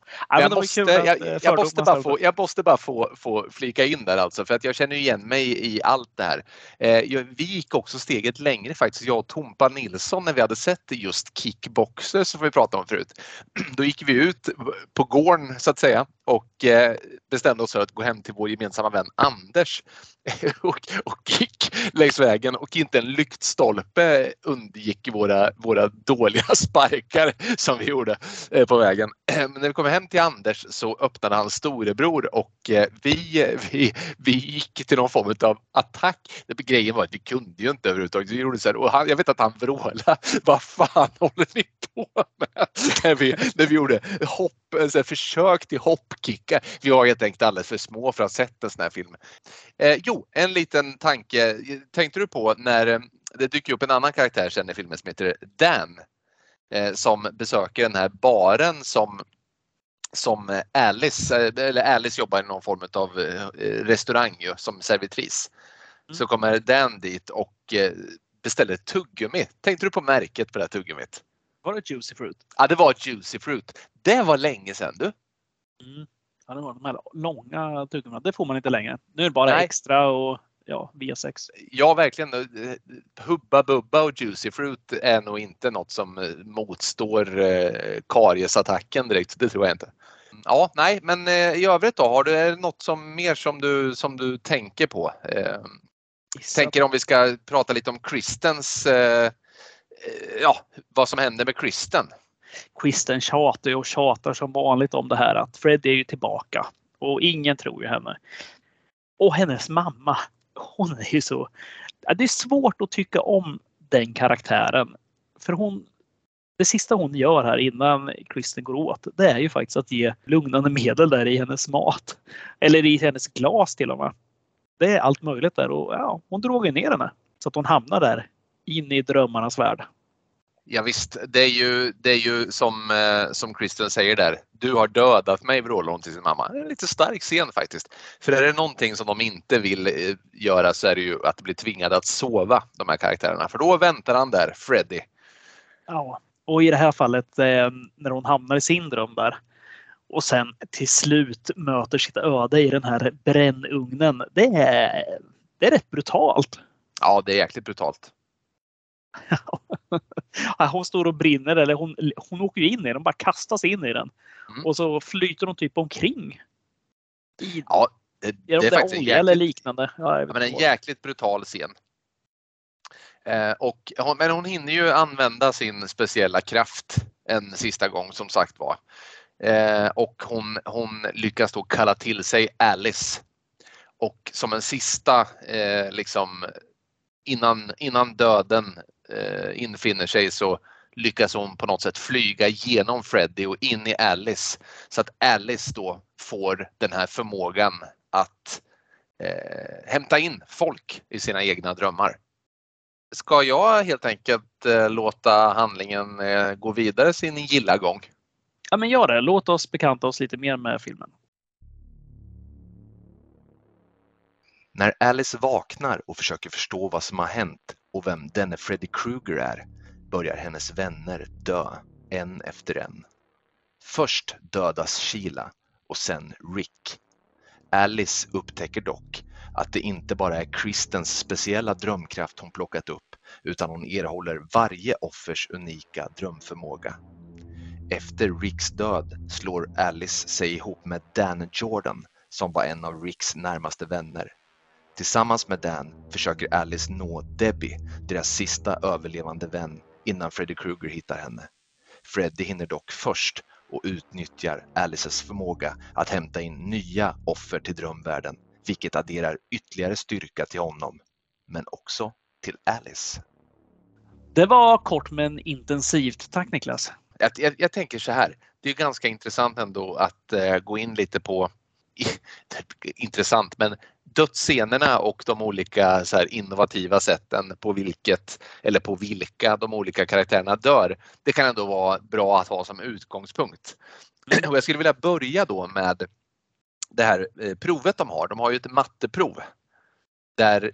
Jag måste bara få flika in där alltså, för att jag känner igen mig i allt det här. Vi gick också steget längre faktiskt, jag och Tompa Nilsson, när vi hade sett just Kickboxer som vi pratade om förut. Då gick vi ut på gården så att säga och bestämde oss för att gå hem till vår gemensamma vän Anders och gick längs vägen och inte en lyktstolpe undgick våra dåliga sparkar som vi gjorde på vägen. Men när vi kom hem till Anders så öppnade han storebror och vi gick till någon form av attack. Grejen var att vi kunde ju inte överhuvudtaget. Vi gjorde så här, och jag vet att han vrålade. Vad fan håller ni på med? När vi gjorde försök till hoppkickar. Vi var helt enkelt alldeles för små för att ha sett en sån här film. En liten tanke. Tänkte du på när det dyker upp en annan karaktär sen i filmen som heter Dan? som besöker den här baren som Alice jobbar i någon form av restaurang ju, som servitris. Så kommer Dan dit och beställer ett tuggummi. Tänkte du på märket på det här tuggummit? Var det Juicy Fruit? Ja, det var Juicy Fruit. Det var länge sedan du. Ja, det var de här långa tuggummina. Det får man inte längre. Nu är det bara extra och V6. Ja, verkligen. Hubba Bubba och Juicy Fruit är nog inte något som motstår kariesattacken direkt. Det tror jag inte. Ja, nej, men i övrigt då, har du något mer som du tänker på? Tänker om vi ska prata lite om Kristens, vad som händer med Kristen. Kristen tjatar som vanligt om det här att Fred är ju tillbaka och ingen tror ju henne. Och hennes mamma, hon är ju så... Det är svårt att tycka om den karaktären. För det sista hon gör här innan Kristen går åt, det är ju faktiskt att ge lugnande medel där i hennes mat. Eller i hennes glas till och med. Det är allt möjligt där och hon drogar ner henne. Så att hon hamnar där inne i drömmarnas värld. Ja, visst, det är ju som Kristen säger där. Du har dödat mig, vrålar hon till sin mamma. Det är en lite stark scen faktiskt. För är det någonting som de inte vill göra så är det ju att bli tvingade att sova, de här karaktärerna. För då väntar han där, Freddy. Ja, och i det här fallet när hon hamnar i sin dröm där. Och sen till slut möter sitt öde i den här brännugnen. Det är rätt brutalt. Ja, det är jäkligt brutalt. Hon står och brinner, eller hon åker ju in i den, bara kastas in i den. Och så flyter hon typ omkring. Ja, det är faktiskt olja eller liknande. Ja, men en jäkligt brutal scen. Men hon hinner ju använda sin speciella kraft en sista gång, som sagt var. Och hon lyckas då kalla till sig Alice. Och som en sista innan döden infinner sig så lyckas hon på något sätt flyga genom Freddy och in i Alice. Så att Alice då får den här förmågan att hämta in folk i sina egna drömmar. Ska jag helt enkelt låta handlingen gå vidare sin gilla gång? Ja, men gör det. Låt oss bekanta oss lite mer med filmen. När Alice vaknar och försöker förstå vad som har hänt och vem denne Freddy Krueger är, börjar hennes vänner dö, en efter en. Först dödas Sheila och sen Rick. Alice upptäcker dock att det inte bara är Kristens speciella drömkraft hon plockat upp, utan hon erhåller varje offers unika drömförmåga. Efter Ricks död slår Alice sig ihop med Dan Jordan, som var en av Ricks närmaste vänner. Tillsammans med Dan försöker Alice nå Debbie, deras sista överlevande vän, innan Freddy Krueger hittar henne. Freddy hinner dock först och utnyttjar Alices förmåga att hämta in nya offer till drömvärlden, vilket adderar ytterligare styrka till honom, men också till Alice. Det var kort men intensivt. Tack Niklas. Jag tänker så här, det är ganska intressant ändå att gå in lite på intressant, men dödsscenerna och de olika så här innovativa sätten på vilka de olika karaktärerna dör. Det kan ändå vara bra att ha som utgångspunkt. Och jag skulle vilja börja då med det här provet de har. De har ju ett matteprov där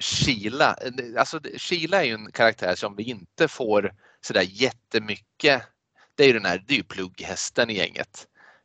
Sheila är ju en karaktär som vi inte får så där jättemycket. Det är ju plugghästen i gänget.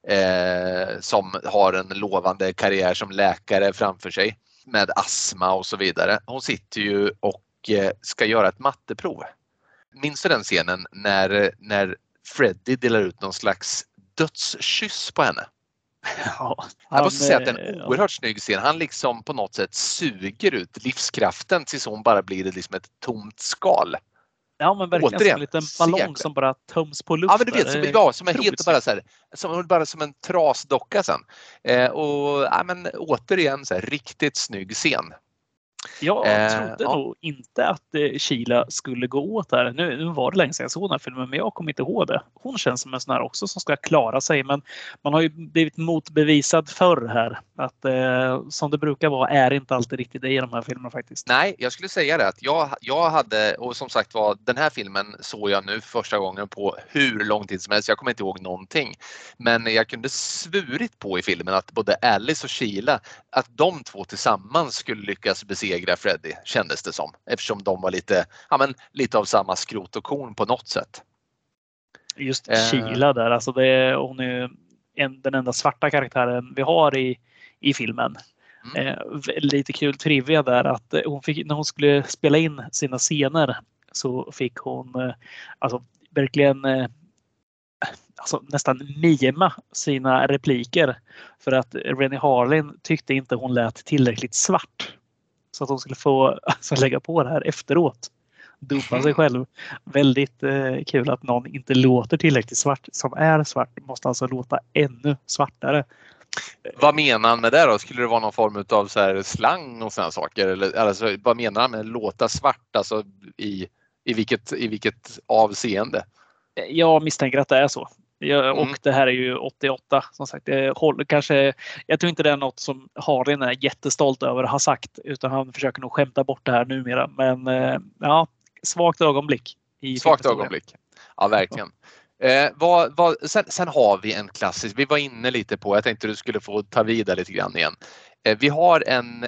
Som har en lovande karriär som läkare framför sig med astma och så vidare. Hon sitter ju och ska göra ett matteprov. Minns du den scenen när Freddy delar ut någon slags dödskyss på henne? Ja, jag måste säga att det är en oerhört snygg scen. Han liksom på något sätt suger ut livskraften tills hon bara blir liksom ett tomt skal. Ja, men verkligen som en liten ballong som bara töms på luft. Ja, men du vet, som är helt bara så här, som en trasdocka sen. Men återigen så här, riktigt snygg scen. Jag trodde nog inte att Sheila skulle gå åt här. Nu var det länge sedan jag såg den här filmen, men jag kommer inte ihåg det. Hon känns som en sån här också som ska klara sig, men man har ju blivit motbevisad förr här. Att som det brukar vara är inte alltid riktigt det i de här filmerna faktiskt. Nej, jag skulle säga det att jag hade, och som sagt var, den här filmen såg jag nu första gången på hur lång tid som helst. Jag kommer inte ihåg någonting. Men jag kunde svurit på i filmen att både Alice och Sheila, att de två tillsammans skulle lyckas besegra Freddy, kändes det som. Eftersom de var lite av samma skrot och korn på något sätt. Just Sheila där, alltså hon är den enda svarta karaktären vi har i filmen. Lite kul trivia där att när hon skulle spela in sina scener så fick hon verkligen nästan mima sina repliker för att Renée Harlin tyckte inte hon lät tillräckligt svart. Så att hon skulle få lägga på det här efteråt. Dopa sig själv. Väldigt kul att någon inte låter tillräckligt svart. Som är svart måste alltså låta ännu svartare. Vad menar han med det då? Skulle det vara någon form av så här slang och sådana saker? Eller alltså, vad menar han med låta svart? Alltså i vilket avseende? Jag misstänker att det är så. Och det här är ju 88 som sagt. Jag tror inte det är något som Harlin är jättestolt över att ha sagt, utan han försöker nog skämta bort det här numera. Men svagt ögonblick. Svagt ögonblick. Ja, verkligen. Sen har vi en klassisk, vi var inne lite på, jag tänkte du skulle få ta vidare lite grann igen. Vi har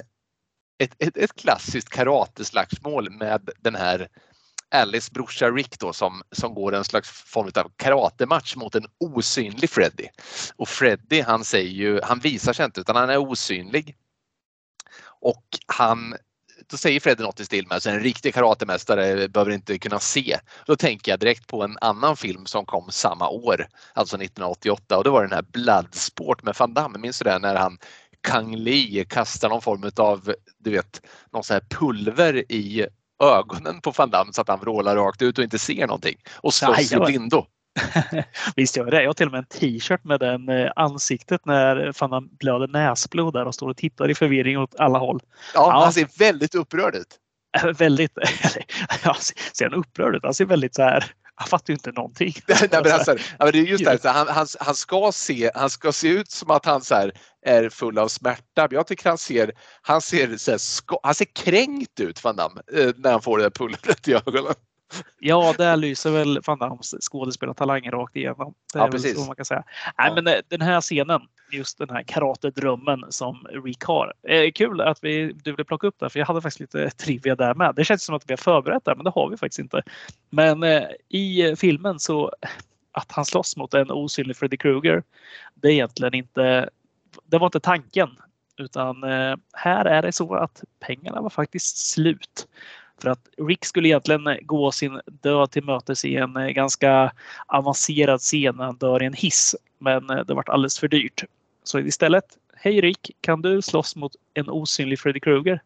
ett klassiskt karateslagsmål med den här Alice brorsa Rick då, som går en slags form av karatematch mot en osynlig Freddy. Och Freddy, han visar sig inte utan han är osynlig. Och då säger Freddy något i stil med att en riktig karatemästare behöver inte kunna se. Då tänker jag direkt på en annan film som kom samma år, alltså 1988, och det var den här Bloodsport med Van Damme. Minns du det, när han Kang Lee kastar någon form av, någon sån här pulver i ögonen på Van Damme så att han vrålar rakt ut och inte ser någonting och slåss i blindo. Visst gör det. Jag har till och med en t-shirt med den ansiktet när Van Damme blöder näsblod där och står och tittar i förvirring åt alla håll. Ja, han ser väldigt upprörd ut. Väldigt. Ser han upprörd ut? Han ser väldigt så här. Han fattar ju inte någonting. Nej, men det är just det här, han ska se ut som att han så här är full av smärta. Jag tycker han ser kränkt ut, Van Damme, när han får det där pulvret i ögonen. Ja, där lyser väl Van Dammes skådespelartalangen rakt igenom. Det är precis. Så man kan säga. Nej, men den här scenen, just den här karatedrömmen som Rick har. Kul att du ville plocka upp det, för jag hade faktiskt lite trivia där med. Det känns som att vi har förberett det, men det har vi faktiskt inte. Men i filmen så att han slåss mot en osynlig Freddy Krueger, det är egentligen inte, det var inte tanken. Utan här är det så att pengarna var faktiskt slut. För att Rick skulle egentligen gå sin död till mötes i en ganska avancerad scen när han dör i en hiss. Men det var alldeles för dyrt. Så istället, hej Rick, kan du slåss mot en osynlig Freddy Krueger?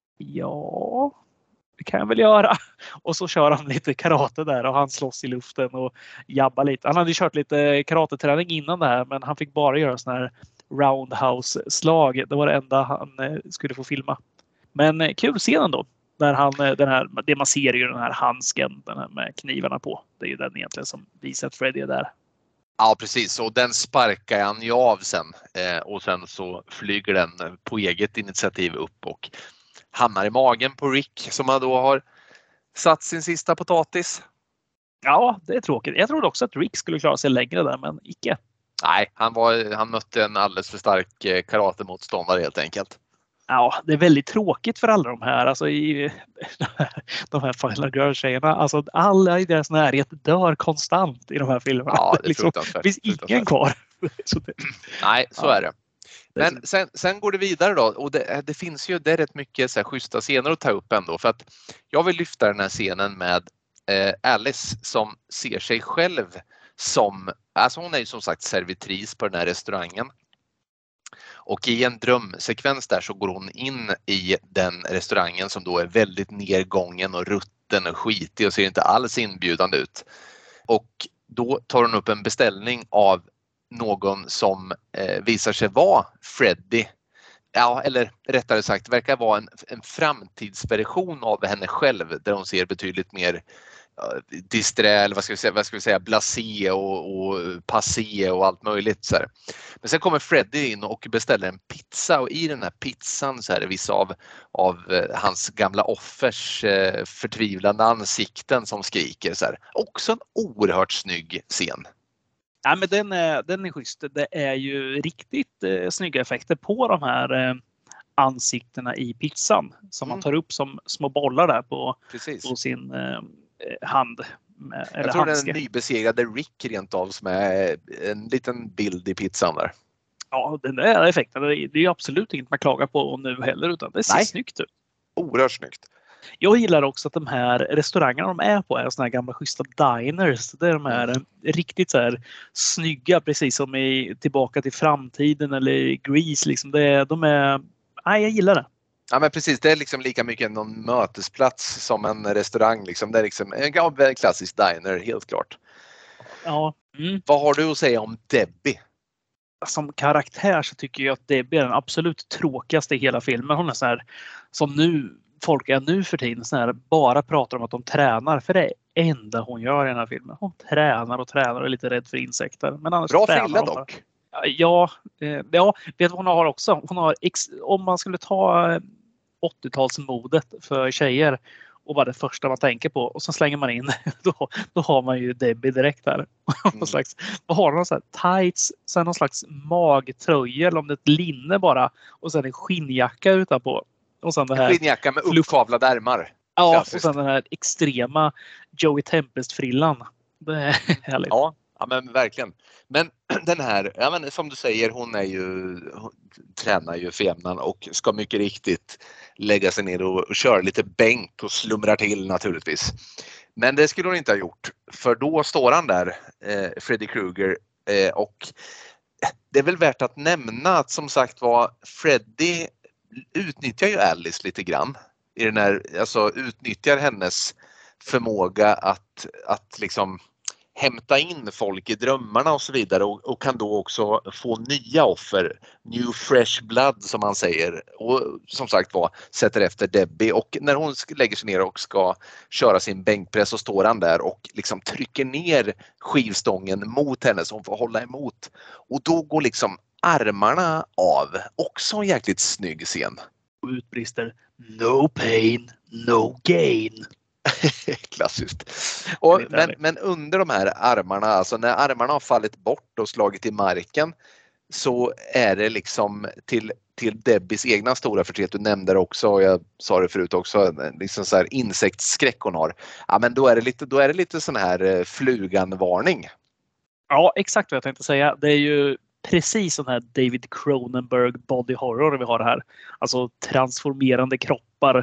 Ja, det kan jag väl göra. Och så kör han lite karate där och han slåss i luften och jabbar lite. Han hade kört lite karateträning innan det här, men han fick bara göra såna här roundhouse-slag. Det var det enda han skulle få filma. Men kul scenen då. Där det man ser är ju den här handsken, den här med knivarna på. Det är ju den egentligen som visar att Freddy är där. Ja, precis. Och den sparkar han ju av sen. Och sen så flyger den på eget initiativ upp och hamnar i magen på Rick, som han då har satt sin sista potatis. Ja, det är tråkigt. Jag trodde också att Rick skulle klara sig längre där, men icke. Nej, han mötte en alldeles för stark karatemotståndare helt enkelt. Ja, det är väldigt tråkigt för alla de här. Alltså i de här Final Girl-tjejerna. Alltså alla i deras närhet dör konstant i de här filmerna. Ja, det är liksom, finns ingen kvar. Nej, så är det. Men sen går det vidare då. Och det finns ju rätt mycket så här schyssta scener att ta upp ändå. För att jag vill lyfta den här scenen med Alice som ser sig själv som, alltså hon är ju som sagt servitris på den här restaurangen. Och i en drömsekvens där så går hon in i den restaurangen som då är väldigt nedgången och rutten och skitig och ser inte alls inbjudande ut. Och då tar hon upp en beställning av någon som visar sig vara Freddy. ja, eller rättare sagt, verkar vara en framtidsversion av henne själv där hon ser betydligt mer disträ, eller vad ska vi säga, blasé och passé och allt möjligt så här. Men sen kommer Freddy in och beställer en pizza, och i den här pizzan så är det vissa av hans gamla offers förtvivlande ansikten som skriker så här. Också en oerhört snygg scen. Ja, men den är schysst. Det är ju riktigt snygga effekter på de här ansiktena i pizzan som man tar upp som små bollar där på sin hand. Jag tror den nybesegrade Rick rent av som är en liten bild i pizzan där. Ja, den där effekten, det är ju absolut inget man klagar på nu heller, utan det ser snyggt ut. Oerhört snyggt. Jag gillar också att de här restaurangerna de är på är såna här gamla schyssta diners. Det är de här riktigt så här snygga, precis som i Tillbaka till framtiden eller Grease. Liksom. Jag gillar det. Ja, men precis, det är liksom lika mycket någon mötesplats som en restaurang. Liksom. Det är liksom en klassisk diner, helt klart. Ja. Vad har du att säga om Debbie? Som karaktär så tycker jag att Debbie är den absolut tråkigaste i hela filmen. Hon är så här, som folk är nu för tiden, så här, bara pratar om att de tränar. För det är det enda hon gör i den här filmen. Hon tränar och är lite rädd för insekter. Men annars bra frilla dock. Ja, vet du vad hon har också? Hon har, om man skulle ta 80-talsmodet för tjejer och vad det första man tänker på och så slänger man in, då har man ju Debbie direkt där. Då har hon så här tights, sen någon slags magtröja eller om det är ett linne bara och sen en skinnjacka utanpå. Och sen det här skinnjacka med uppkavlade ärmar. Ja, klassiskt. Och sen den här extrema Joey Tempest-frillan. Det är härligt. Ja, men verkligen. Men den här, men som du säger, hon tränar ju för jämnan och ska mycket riktigt lägga sig ner och köra lite bänk och slumrar till naturligtvis. Men det skulle hon inte ha gjort, för då står han där, Freddy Krueger, och det är väl värt att nämna att som sagt var Freddy utnyttjar ju Alice lite grann i den här, alltså utnyttjar hennes förmåga att liksom hämta in folk i drömmarna och så vidare och kan då också få nya offer, new fresh blood som man säger, och som sagt var sätter efter Debbie, och när hon lägger sig ner och ska köra sin bänkpress så står han där och liksom trycker ner skivstången mot henne så hon får hålla emot, och då går liksom armarna av, också en jäkligt snygg scen. Och utbrister no pain, no gain. Klassiskt. Men under de här armarna, alltså när armarna har fallit bort och slagit i marken, så är det liksom till Debbies egna stora förtret, du nämnde det också och jag sa det förut också, liksom så här insektsskräck hon har. Ja, men då är det lite sån här fluganvarning. Ja, exakt vad jag tänkte säga. Det är ju precis sån här David Cronenberg body horror vi har här. Alltså transformerande kroppar.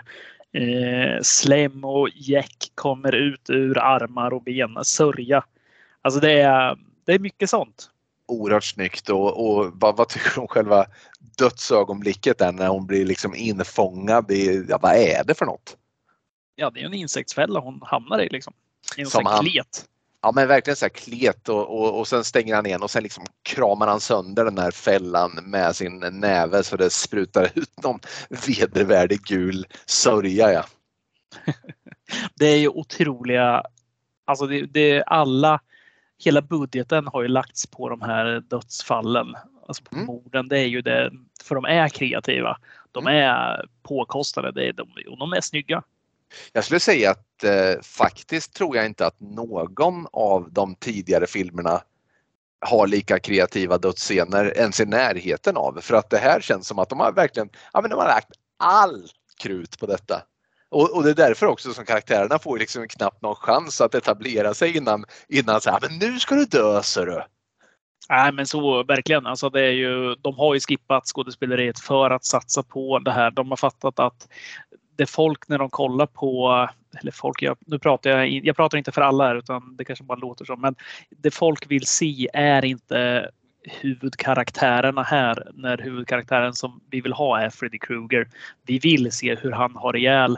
Slem och jäck kommer ut ur armar och ben, sörja. Alltså det är mycket sånt. Oerhört snyggt, och vad tycker du om själva dödsögonblicket där när hon blir liksom infångad i, vad är det för något? Ja, det är en insektsfälla hon hamnar i liksom. I en som han, klet. Ja, men verkligen så här klet, och sen stänger han igen och sen liksom kramar han sönder den här fällan med sin näve så det sprutar ut någon vedervärdig gul sörja. Ja. Det är ju otroliga, alltså hela budgeten har ju lagts på de här dödsfallen, alltså på morden. Det är ju det, för de är kreativa, de är påkostade, och de är snygga. Jag skulle säga att faktiskt tror jag inte att någon av de tidigare filmerna har lika kreativa dödsscener ens i närheten av. För att det här känns som att de har verkligen, de har lagt all krut på detta. Och det är därför också som karaktärerna får liksom knappt någon chans att etablera sig innan så här, men nu ska du dö, så du. Nej, men så verkligen. Alltså det är ju, de har ju skippat skådespeleriet för att satsa på det här. De har fattat att det folk när de kollar på, eller folk, jag pratar inte för alla här utan det kanske bara låter som, men det folk vill se är inte huvudkaraktärerna här, när huvudkaraktären som vi vill ha är Freddy Krueger. Vi vill se hur han har ihjäl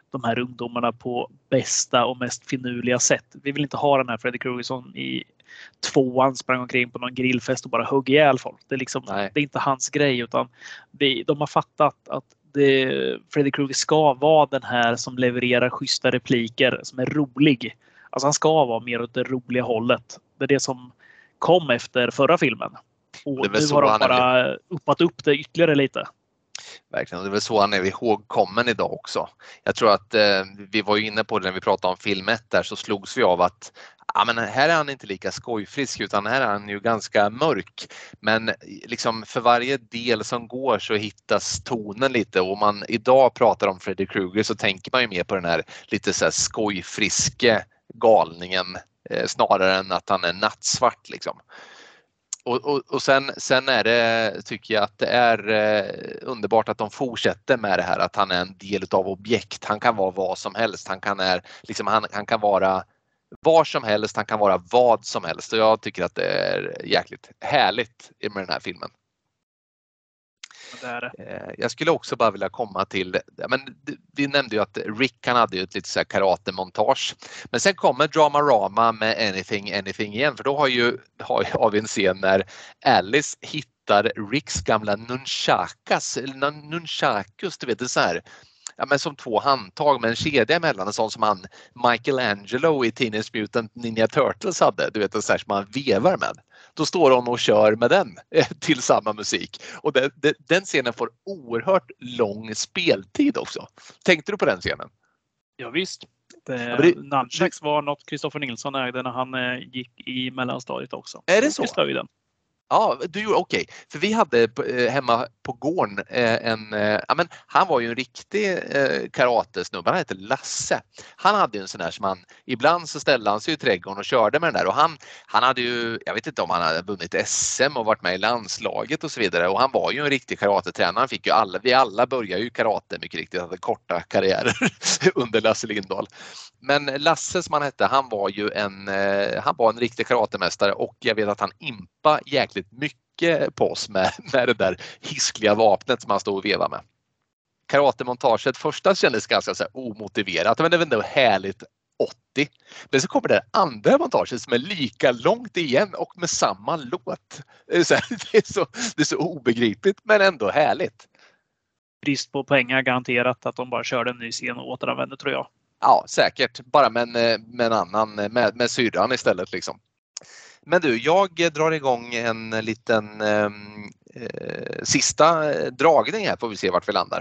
de här ungdomarna på bästa och mest finurliga sätt. Vi vill inte ha den här Freddy Krueger som i 2:an sprang omkring på någon grillfest och bara högg ihjäl folk. Det är inte hans grej, utan de har fattat att Freddy Krueger ska vara den här som levererar schyssta repliker, som är rolig. Alltså han ska vara mer åt det roliga hållet. Det är det som kom efter förra filmen. Och nu har de bara uppat upp det ytterligare lite. Verkligen, det är väl så han är ihågkommen idag också. Jag tror att vi var ju inne på det när vi pratade om film 1 där, så slogs vi av att men här är han inte lika skojfrisk, utan här är han ju ganska mörk. Men liksom för varje del som går så hittas tonen lite, och om man idag pratar om Freddy Krueger så tänker man ju mer på den här lite så här skojfriske galningen snarare än att han är nattsvart liksom. Och sen är det, tycker jag att det är underbart att de fortsätter med det här, att han är en del av objekt. Han kan vara vad som helst. Han kan vara var som helst. Han kan vara vad som helst. Och jag tycker att det är jäkligt härligt med den här filmen. Jag skulle också bara vilja komma till, men vi nämnde ju att Rick, han hade ju ett lite så här karate-montage, men sen kommer Dramarama med Anything igen, för då har vi en scen när Alice hittar Ricks gamla nunchakus, du vet, det så här, men som 2 handtag med en kedja emellan, en sån som han Michelangelo i Teenage Mutant Ninja Turtles hade, du vet, en sån här som man vevar med. Då står hon och kör med den till samma musik. Och den scenen får oerhört lång speltid också. Tänkte du på den scenen? Ja, visst. Nunchucks var något Kristoffer Nilsson ägde när han gick i mellanstadiet också. Är det så? Den. Ja, okej. För vi hade hemma på gården han var ju en riktig karatesnubbe. Han hette Lasse. Han hade ju en sån här som han, ibland så ställde han sig i trädgården och körde med den där. Och han hade ju, jag vet inte om han hade vunnit SM och varit med i landslaget och så vidare. Och han var ju en riktig karatetränare. Han fick ju vi alla började ju karate mycket riktigt, hade korta karriärer under Lasse Lindahl. Men Lasse, som han hette, han var en riktig karatemästare, och jag vet att han impa jäkligt mycket på oss med det där hiskliga vapnet som han stod och vevade med. Karatemontaget första kändes ganska så här omotiverat, men det var ändå härligt 80. Men så kommer det andra montaget som är lika långt igen och med samma låt. Det är så obegripligt, men ändå härligt. Brist på pengar garanterat att de bara körde en ny scen och återanvände, tror jag. Ja, säkert. Bara med en annan, med syrran istället liksom. Men du, jag drar igång en liten sista dragning här, får vi se vart vi landar.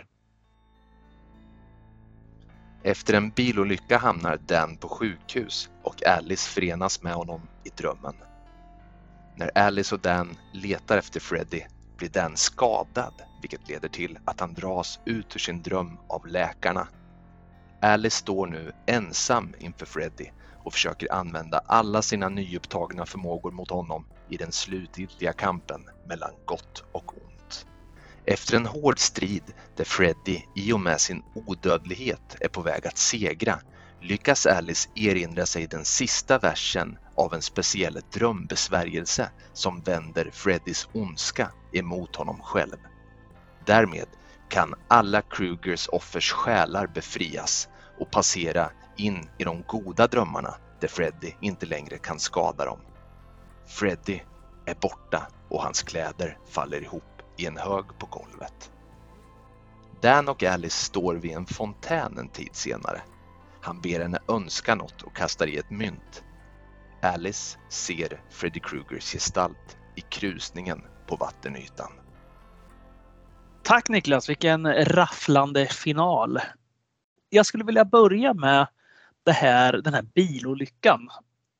Efter en bilolycka hamnar Dan på sjukhus och Alice förenas med honom i drömmen. När Alice och Dan letar efter Freddy blir Dan skadad, vilket leder till att han dras ut ur sin dröm av läkarna. Alice står nu ensam inför Freddy och försöker använda alla sina nyupptagna förmågor mot honom i den slutgiltiga kampen mellan gott och ont. Efter en hård strid där Freddy i och med sin odödlighet är på väg att segra lyckas Alice erinra sig den sista versen av en speciell drömbesvärjelse som vänder Freddys ondska emot honom själv. Därmed kan alla Krugers offers själar befrias och passera in i de goda drömmarna där Freddy inte längre kan skada dem. Freddy är borta och hans kläder faller ihop i en hög på golvet. Dan och Alice står vid en fontän en tid senare. Han ber henne önska något och kastar i ett mynt. Alice ser Freddy Krugers gestalt i krusningen på vattenytan. Tack Niklas, vilken rafflande final. Jag skulle vilja börja med den här bilolyckan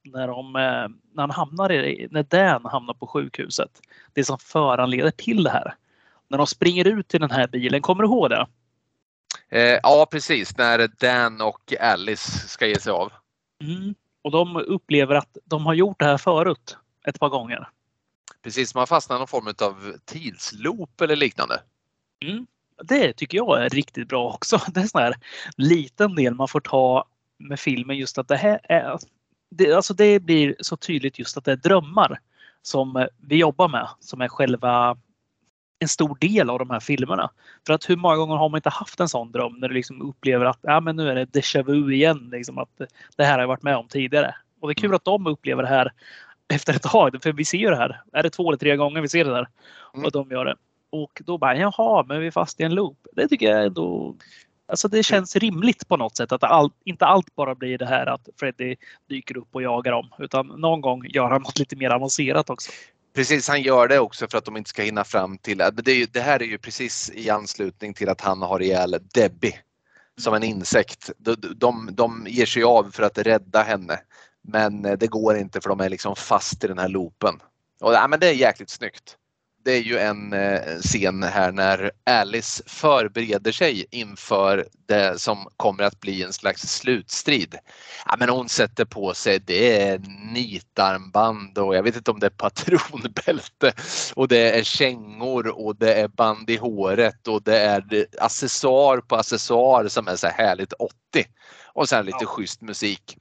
när Dan hamnar på sjukhuset. Det som föranleder till det här. När de springer ut till den här bilen, kommer du ihåg det? Ja, precis. När Dan och Alice ska ge sig av. Och de upplever att de har gjort det här förut ett par gånger. Precis, man fastnar i någon form av tidsloop eller liknande. Det tycker jag är riktigt bra också. Det är en sån här liten del man får ta med filmen, just att det här är... Det blir så tydligt just att det är drömmar som vi jobbar med, som är själva en stor del av de här filmerna. För att hur många gånger har man inte haft en sån dröm när du liksom upplever att men nu är det déjà vu igen. Liksom, att det här har jag varit med om tidigare. Och det är kul att de upplever det här efter ett tag. För vi ser ju det här. Är det 2 eller 3 gånger vi ser det där? Och de gör det. Och då bara, jaha, men vi är fast i en loop. Det tycker jag ändå... Alltså det känns rimligt på något sätt. Att inte allt bara blir det här att Freddy dyker upp och jagar dem. Utan någon gång gör han något lite mer avancerat också. Precis, han gör det också för att de inte ska hinna fram till... Det här är ju precis i anslutning till att han har ihjäl Debbie som en insekt. De ger sig av för att rädda henne. Men det går inte för de är liksom fast i den här loopen. Och men det är jäkligt snyggt. Det är ju en scen här när Alice förbereder sig inför det som kommer att bli en slags slutstrid. Men hon sätter på sig, det är nitarmband och jag vet inte om det är patronbälte och det är kängor och det är band i håret och det är accessoar på accessoar som är så här härligt 80. Och sen lite schysst musik.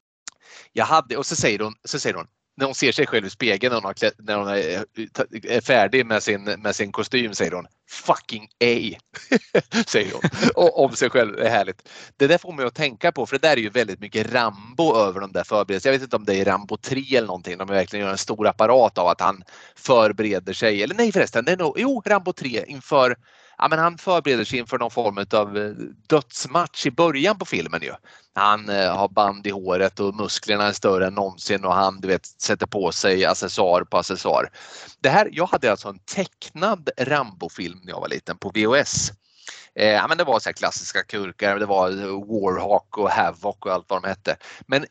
Och så säger hon när hon ser sig själv i spegeln när hon är färdig med sin kostym, säger hon fucking A. säger hon. Och om sig själv är härligt. Det där får man att tänka på, för det där är ju väldigt mycket Rambo över de där förberedelserna. Jag vet inte om det är Rambo 3 eller någonting. De verkligen gör en stor apparat av att han förbereder sig. Eller nej förresten, det är nog, Rambo 3 inför... men han förbereder sig inför någon form av dödsmatch i början på filmen ju. Han har band i håret och musklerna är större än någonsin och han sätter på sig accessoar på accessoar. Jag hade alltså en tecknad Rambo-film när jag var liten på VHS. Men det var så här klassiska kurkar, det var Warhawk och Havoc och allt vad de hette. Men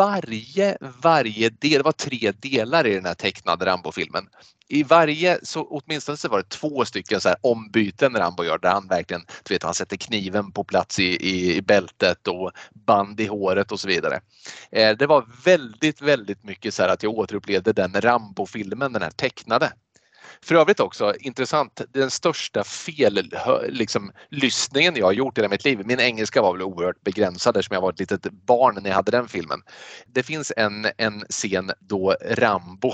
varje del, det var 3 delar i den här tecknade Rambo-filmen. I varje, så åtminstone så var det 2 stycken så här ombyten Rambo gör där han verkligen, han sätter kniven på plats i bältet och band i håret och så vidare. Det var väldigt, väldigt mycket så här att jag återupplevde den Rambo-filmen, den här tecknade. För övrigt också intressant, den största lyssningen jag har gjort i hela mitt liv. Min engelska var väl oerhört begränsad eftersom jag var ett litet barn när jag hade den filmen. Det finns en scen då Rambo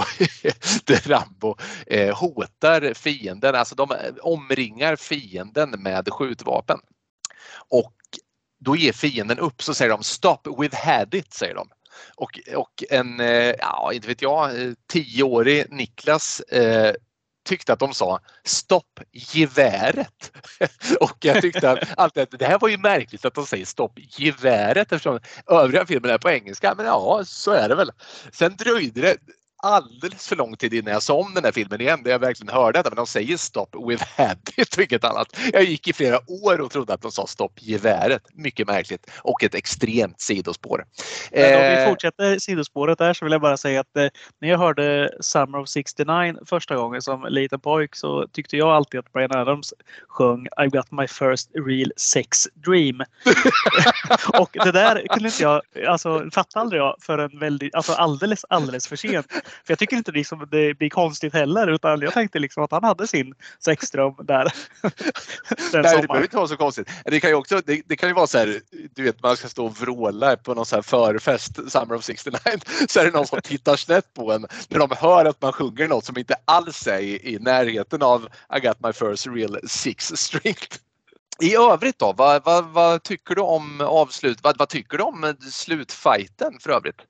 hotar fienden, alltså de omringar fienden med skjutvapen. Och då ger fienden upp, så säger de stop, we've had it, säger de. Och en, inte vet jag, 10-årig Niklas tyckte att de sa stopp geväret. Och jag tyckte att det här var ju märkligt att de säger stopp geväret eftersom övriga filmer är på engelska. Men ja, så är det väl. Sen dröjde det alldeles för lång tid innan jag sa om den här filmen igen, där jag verkligen hörde att de säger stopp, we've had it och inget annat. Jag gick i flera år och trodde att de sa stopp geväret. Mycket märkligt och ett extremt sidospår. Men om vi fortsätter sidospåret där så vill jag bara säga att när jag hörde Summer of 69 första gången som liten pojk så tyckte jag alltid att Bryan Adams sjöng I got my first real sex dream. Och det där kunde inte jag, fattade aldrig jag för en väldigt, alldeles för sent. För jag tycker inte liksom det blir konstigt heller, utan jag tänkte liksom att han hade sin sexdröm där. Nej, det behöver inte vara så konstigt. Det kan ju också, det kan ju vara så här, man ska stå och vråla på någon så här förfest, Summer of 69, så är det någon som tittar snett på en när de hör att man sjunger något som inte alls är i närheten av I got my first real six string. I övrigt då, vad tycker du om vad tycker du om slutfighten för övrigt?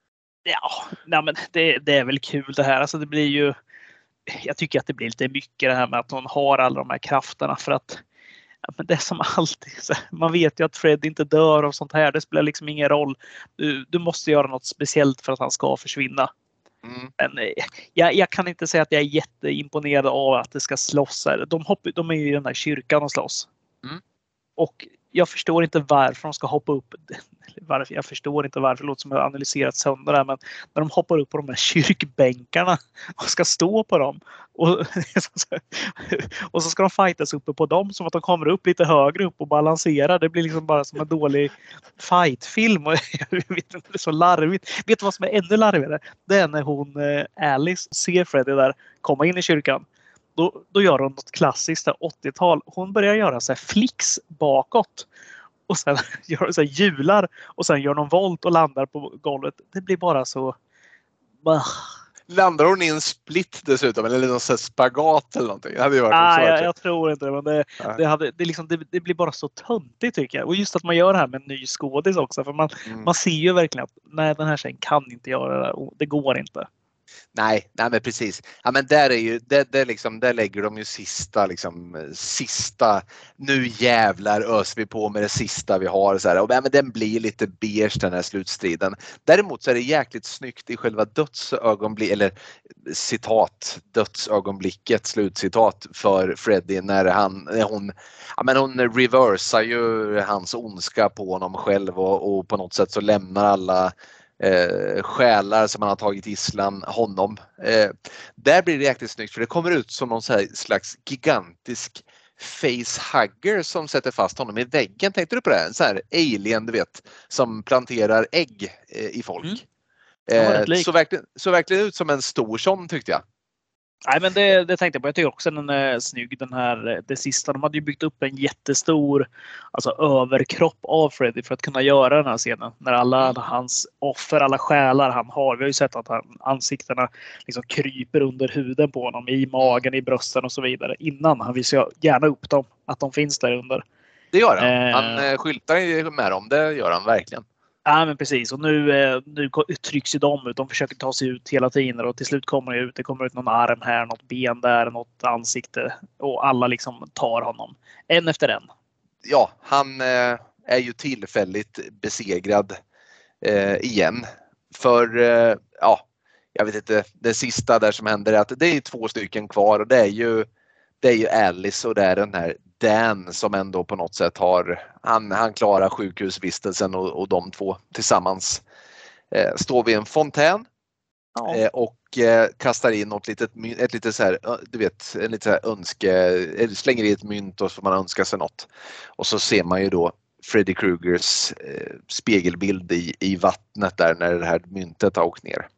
Ja, men det är väl kul det här. Alltså det blir ju, jag tycker att det blir lite mycket det här med att hon har alla de här krafterna, för att men det är som alltid. Man vet ju att Fred inte dör och sånt här. Det spelar liksom ingen roll. Du måste göra något speciellt för att han ska försvinna. Men jag kan inte säga att jag är jätteimponerad av att det ska slåss här. De är ju i den här kyrkan och slåss. Och jag förstår inte varför de ska hoppa upp. Jag förstår inte varför, det låter som att jag har analyserat sönder det, men när de hoppar upp på de här kyrkbänkarna och ska stå på dem och så ska de fightas uppe på dem som att de kommer upp lite högre upp och balanserar. Det blir liksom bara som en dålig fightfilm och jag vet inte, det är så larvigt. Vet du vad som är ännu larvigare? Det är när hon Alice ser Freddy där komma in i kyrkan. Då gör hon något klassiskt 80-tal. Hon börjar göra så här flicks bakåt. Och sen gör hon så här hjular. Och sen gör någon volt och landar på golvet. Det blir bara så... Landar hon i en split dessutom eller någon sån här spagat eller någonting? Det hade ju varit Jag tror inte det, men det blir bara så töntigt tycker jag. Och just att man gör det här med en ny skådis också, för man ser ju verkligen att nej, den här tjejen kan inte göra det och det går inte. Nej, men precis. Ja, men där är ju där lägger de ju sista nu jävlar ös vi på med det sista vi har så här. Och men den blir lite beige den här slutstriden. Däremot så är det jäkligt snyggt i själva dödsögonblick eller dödsögonblicket slutcitat för Freddy när hon reversar ju hans ondska på honom själv och på något sätt så lämnar alla själar som man har tagit gisslan honom. Där blir det jäkligt snyggt för det kommer ut som någon slags gigantisk facehugger som sätter fast honom i väggen. Tänkte du på det? En sån här alien, du vet, som planterar ägg i folk. Så verkligen ut som en stor sån tyckte jag. Nej, men det tänkte jag på. Jag tycker också den är snygg, det sista. De hade ju byggt upp en jättestor överkropp av Freddy för att kunna göra den här scenen. När alla hans offer, alla själar han har. Vi har ju sett att ansiktena liksom kryper under huden på honom, i magen, i brösten och så vidare. Innan han visar gärna upp dem, att de finns där under. Det gör han. Han skyltar ju med dem, det gör han verkligen. Ja, men precis. Och nu trycks ju de ut. De försöker ta sig ut hela tiden och till slut kommer det ut. Det kommer ut någon arm här, något ben där, något ansikte. Och alla liksom tar honom. En efter en. Ja, han är ju tillfälligt besegrad igen. För jag vet inte, det sista där som händer är att det är 2 stycken kvar och det är ju Alice och det är den här Dan som ändå på något sätt han klarar sjukhusvistelsen och de två tillsammans står vid en fontän och kastar in ett litet så här, du vet, en lite så här slänger i ett mynt och så får man önska sig något. Och så ser man ju då Freddy Kruegers spegelbild i vattnet där när det här myntet har åkt ner.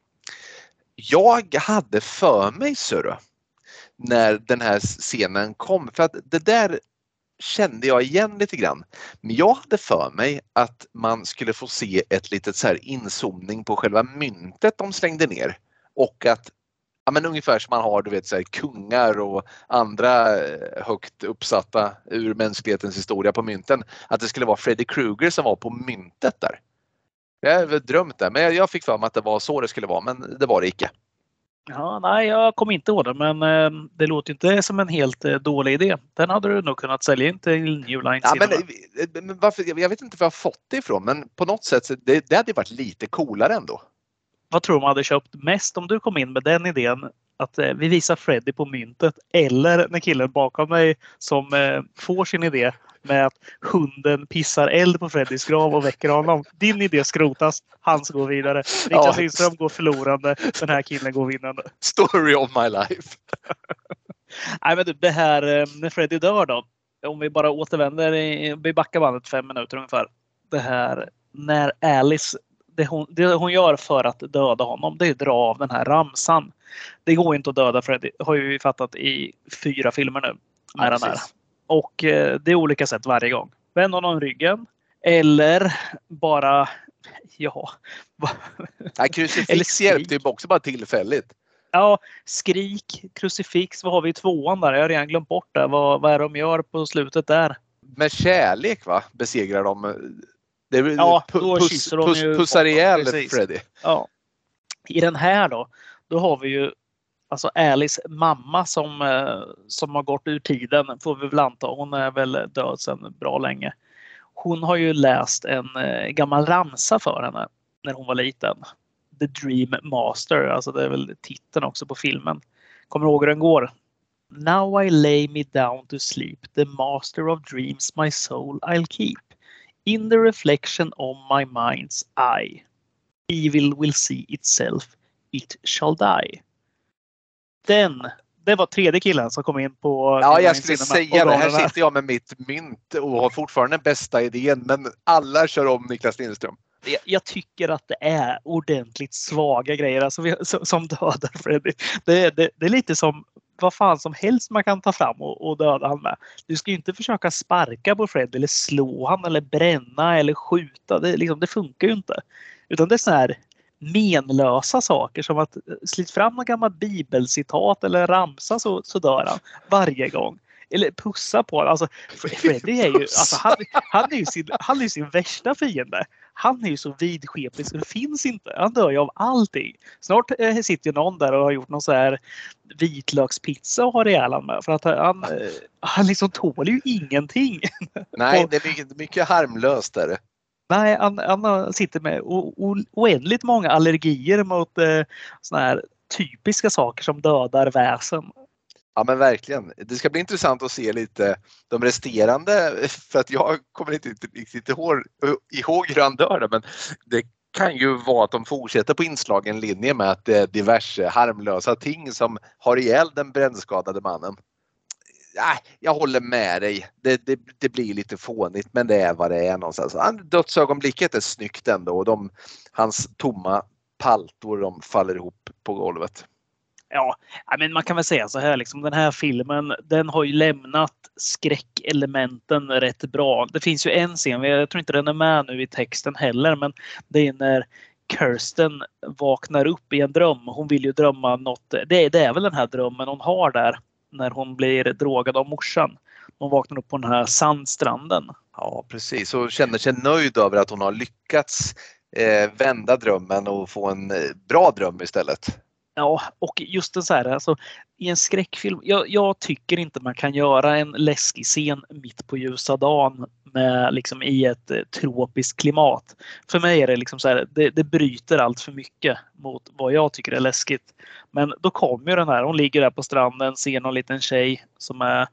Jag hade för mig när den här scenen kom, för att det där kände jag igen lite grann. Men jag hade för mig att man skulle få se ett litet så här inzoomning på själva myntet de slängde ner. Och att, ungefär som man har, du vet, så här, kungar och andra högt uppsatta ur mänsklighetens historia på mynten. Att det skulle vara Freddy Krueger som var på myntet där. Jag har drömt det, men jag fick för mig att det var så det skulle vara, men det var det icke. Ja, nej, jag kommer inte ihåg det, men det låter inte som en helt dålig idé. Den hade du nog kunnat sälja in till New Line. Ja, men varför, jag vet inte var jag fått det ifrån, men på något sätt det hade varit lite coolare ändå. Vad tror du man hade köpt mest om du kom in med den idén att vi visar Freddy på myntet, eller när killen bakom mig som får sin idé med att hunden pissar eld på Freddys grav och väcker honom. Din idé skrotas, hans går vidare. Niklas Lindström går förlorande, den här killen går vinnande. Story of my life. Nej, men det här när Freddy dör då, om vi bara återvänder, vi backar bandet 5 minuter ungefär. Det här när Alice, det hon gör för att döda honom, det är att dra av den här ramsan. Det går inte att döda Freddy, har ju fattat i 4 filmer nu med den här. Och det är olika sätt varje gång. Vänd honom ryggen. Eller bara, krucifix hjälpte ju också bara tillfälligt. Ja, skrik, krucifix. Vad har vi i 2:an där? Jag har redan glömt bort det. Vad är de gör på slutet där? Med kärlek, va? Besegrar de. Det är, då kysser de ju. Pussar ihjäl Freddy. Ja. I den här då har vi ju alltså Alice mamma som har gått ur tiden, får vi väl anta. Hon är väl död sedan bra länge. Hon har ju läst en gammal ramsa för henne när hon var liten. The Dream Master, alltså det är väl titeln också på filmen. Kommer du ihåg hur den går? Now I lay me down to sleep, the master of dreams my soul I'll keep. In the reflection of my mind's eye, evil will see itself, it shall die. Det var 3:e killen som kom in på... Ja, jag skulle säga det. Här sitter jag med mitt mynt och har fortfarande den bästa idén, men alla kör om Niklas Lindström. Jag tycker att det är ordentligt svaga grejer alltså, som dödar Freddy. Det är lite som vad fan som helst man kan ta fram och döda han med. Du ska ju inte försöka sparka på Freddy eller slå han eller bränna eller skjuta. Det funkar ju inte. Utan det är så här menlösa saker som att slit fram något gammalt bibelcitat eller ramsa så dör han varje gång. Eller pussa på honom. Alltså, Freddy är ju, alltså, han är ju sin värsta fiende. Han är ju så vidskeplig så det finns inte. Han dör ju av allting. Snart sitter ju någon där och har gjort någon så här vitlökspizza och har ihjäl han med. För att han liksom tål ju ingenting. Nej, det är mycket harmlöst där. Nej, han sitter med oändligt många allergier mot såna här typiska saker som dödar väsen. Ja men verkligen. Det ska bli intressant att se lite de resterande, för att jag kommer inte riktigt ihåg hur han dör, men det kan ju vara att de fortsätter på inslagen linje med att det är diverse harmlösa ting som har ihjäl den brännskadade mannen. Nej, jag håller med dig. Det blir lite fånigt, men det är vad det är någonstans. Dödsögonblicket är snyggt ändå och hans tomma paltor de faller ihop på golvet. Ja, men man kan väl säga så här liksom, den här filmen, den har ju lämnat skräckelementen rätt bra. Det finns ju en scen, jag tror inte den är med nu i texten heller, men det är när Kirsten vaknar upp i en dröm. Hon vill ju drömma något. Det är väl den här drömmen hon har där när hon blir drogad av morsan. Hon vaknar upp på den här sandstranden. Ja, precis. Och känner sig nöjd över att hon har lyckats vända drömmen och få en bra dröm istället. Ja, och just en så här, alltså, i en skräckfilm, jag tycker inte man kan göra en läskig scen mitt på ljusa dagen med, liksom, i ett tropiskt klimat. För mig är det liksom så här, det bryter allt för mycket mot vad jag tycker är läskigt. Men då kommer ju den här, hon ligger där på stranden, ser någon liten tjej som är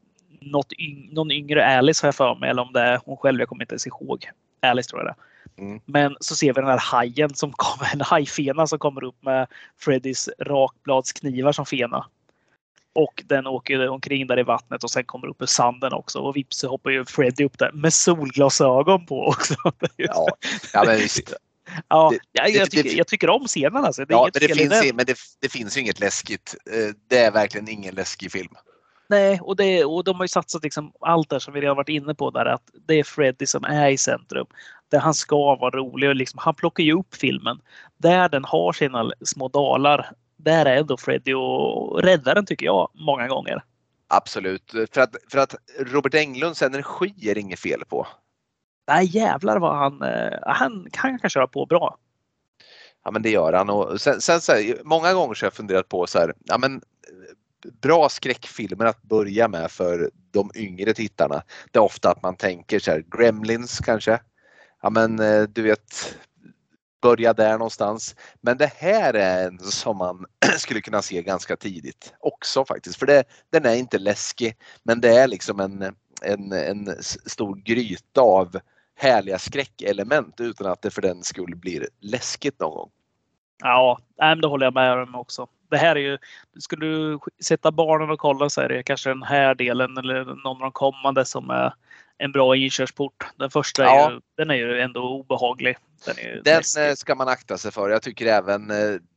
någon yngre Alice har jag för mig, eller om det är hon själv, jag kommer inte ens ihåg. Alice tror jag det. Men så ser vi den här hajen som kommer, en hajfena som kommer upp med Freddys rakbladsknivar som fena. Och den åker omkring där i vattnet och sen kommer upp ur sanden också. Och vips så hoppar ju Freddy upp där med solglasögon på också. Ja men visst. Ja, jag tycker om scenen alltså. Men det finns ju inget läskigt. Det är verkligen ingen läskig film. Nej, och de har ju satsat liksom allt där som vi redan varit inne på där, att det är Freddy som är i centrum. Där han ska vara rolig och liksom, han plockar ju upp filmen. Där den har sina små dalar, där är ändå Freddy och räddar den tycker jag många gånger. Absolut, för att Robert Englunds energi är inget fel på. Nej jävlar vad han kan köra på bra. Ja men det gör han, och sen så här, många gånger så har jag funderat på så här, ja men bra skräckfilmer att börja med för de yngre tittarna. Det är ofta att man tänker så här, Gremlins kanske. Ja men du vet, börja där någonstans. Men det här är en som man skulle kunna se ganska tidigt också faktiskt. För den är inte läskig, men det är liksom en stor gryta av härliga skräckelement utan att det för den skull blir läskigt någon gång. Ja, men det håller jag med om också. Det här är ju, skulle du sätta barnen och kolla så är det kanske den här delen eller någon av de kommande som är en bra inkörsport. Den första den är ju ändå obehaglig. Den ska man akta sig för. Jag tycker även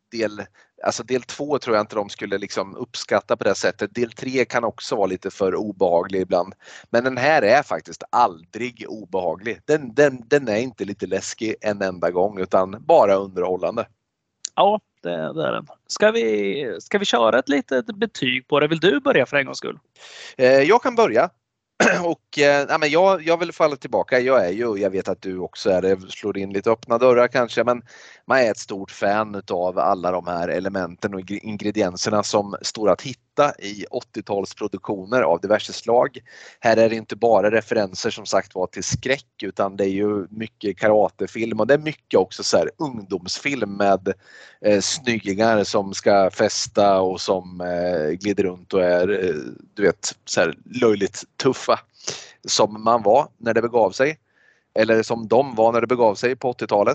del 2 tror jag inte de skulle liksom uppskatta på det sättet. Del 3 kan också vara lite för obehaglig ibland. Men den här är faktiskt aldrig obehaglig. Den är inte lite läskig en enda gång utan bara underhållande. Ja, det är den. Ska vi köra ett litet betyg på det? Vill du börja för en gångs skull? Jag kan börja. Och men jag vill falla tillbaka. Jag vet att du också är det, slår in lite öppna dörrar kanske, men man är ett stort fan av alla de här elementen och ingredienserna som står att hitta i 80-talsproduktioner av diverse slag. Här är det inte bara referenser som sagt var till skräck, utan det är ju mycket karatefilm och det är mycket också så här ungdomsfilm med snyggingar som ska festa och som glider runt och är du vet så här löjligt tuffa som man var när det begav sig, eller som de var när det begav sig på 80-talet.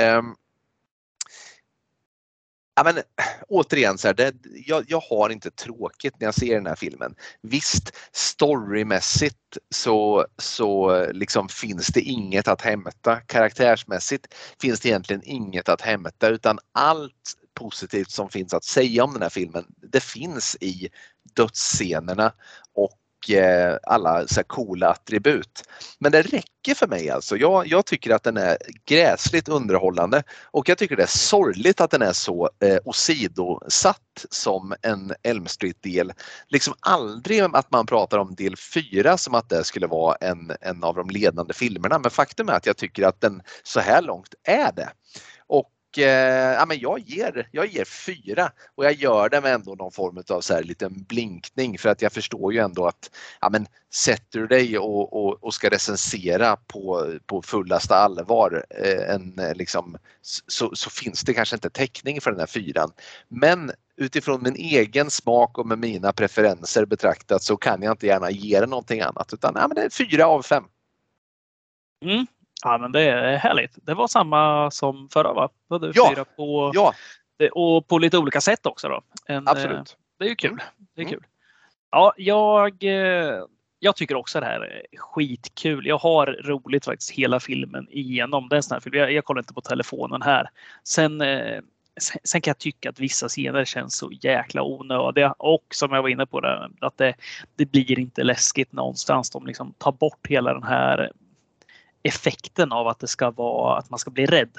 Ja, men återigen så här, jag har inte tråkigt när jag ser den här filmen. Visst, storymässigt så liksom finns det inget att hämta. Karaktärsmässigt finns det egentligen inget att hämta, utan allt positivt som finns att säga om den här filmen, det finns i dödsscenerna och alla så här coola attribut. Men det räcker för mig alltså. Jag tycker att den är gräsligt underhållande och jag tycker det är sorgligt att den är så åsidosatt som en Elm Street-del. Liksom aldrig att man pratar om del 4 som att det skulle vara en av de ledande filmerna. Men faktum är att jag tycker att den så här långt är det. Och men jag ger 4 och jag gör det med ändå någon form av så här liten blinkning för att jag förstår ju ändå att sätter du dig och ska recensera på fullaste allvar liksom, så finns det kanske inte täckning för den här 4. Men utifrån min egen smak och med mina preferenser betraktat så kan jag inte gärna ge det någonting annat utan men det är 4 av 5. Mm. Ja, men det är härligt. Det var samma som förra, va? Du 4 på, och på lite olika sätt också då. Absolut. Det är ju kul. Det är kul. Ja, jag tycker också det här är skitkul. Jag har roligt faktiskt hela filmen igenom. Det är sån här film. Jag kollar inte på telefonen här. Sen kan jag tycka att vissa scener känns så jäkla onödiga. Och som jag var inne på det, att det blir inte läskigt någonstans. De liksom tar bort hela den här effekten av att det ska vara att man ska bli rädd.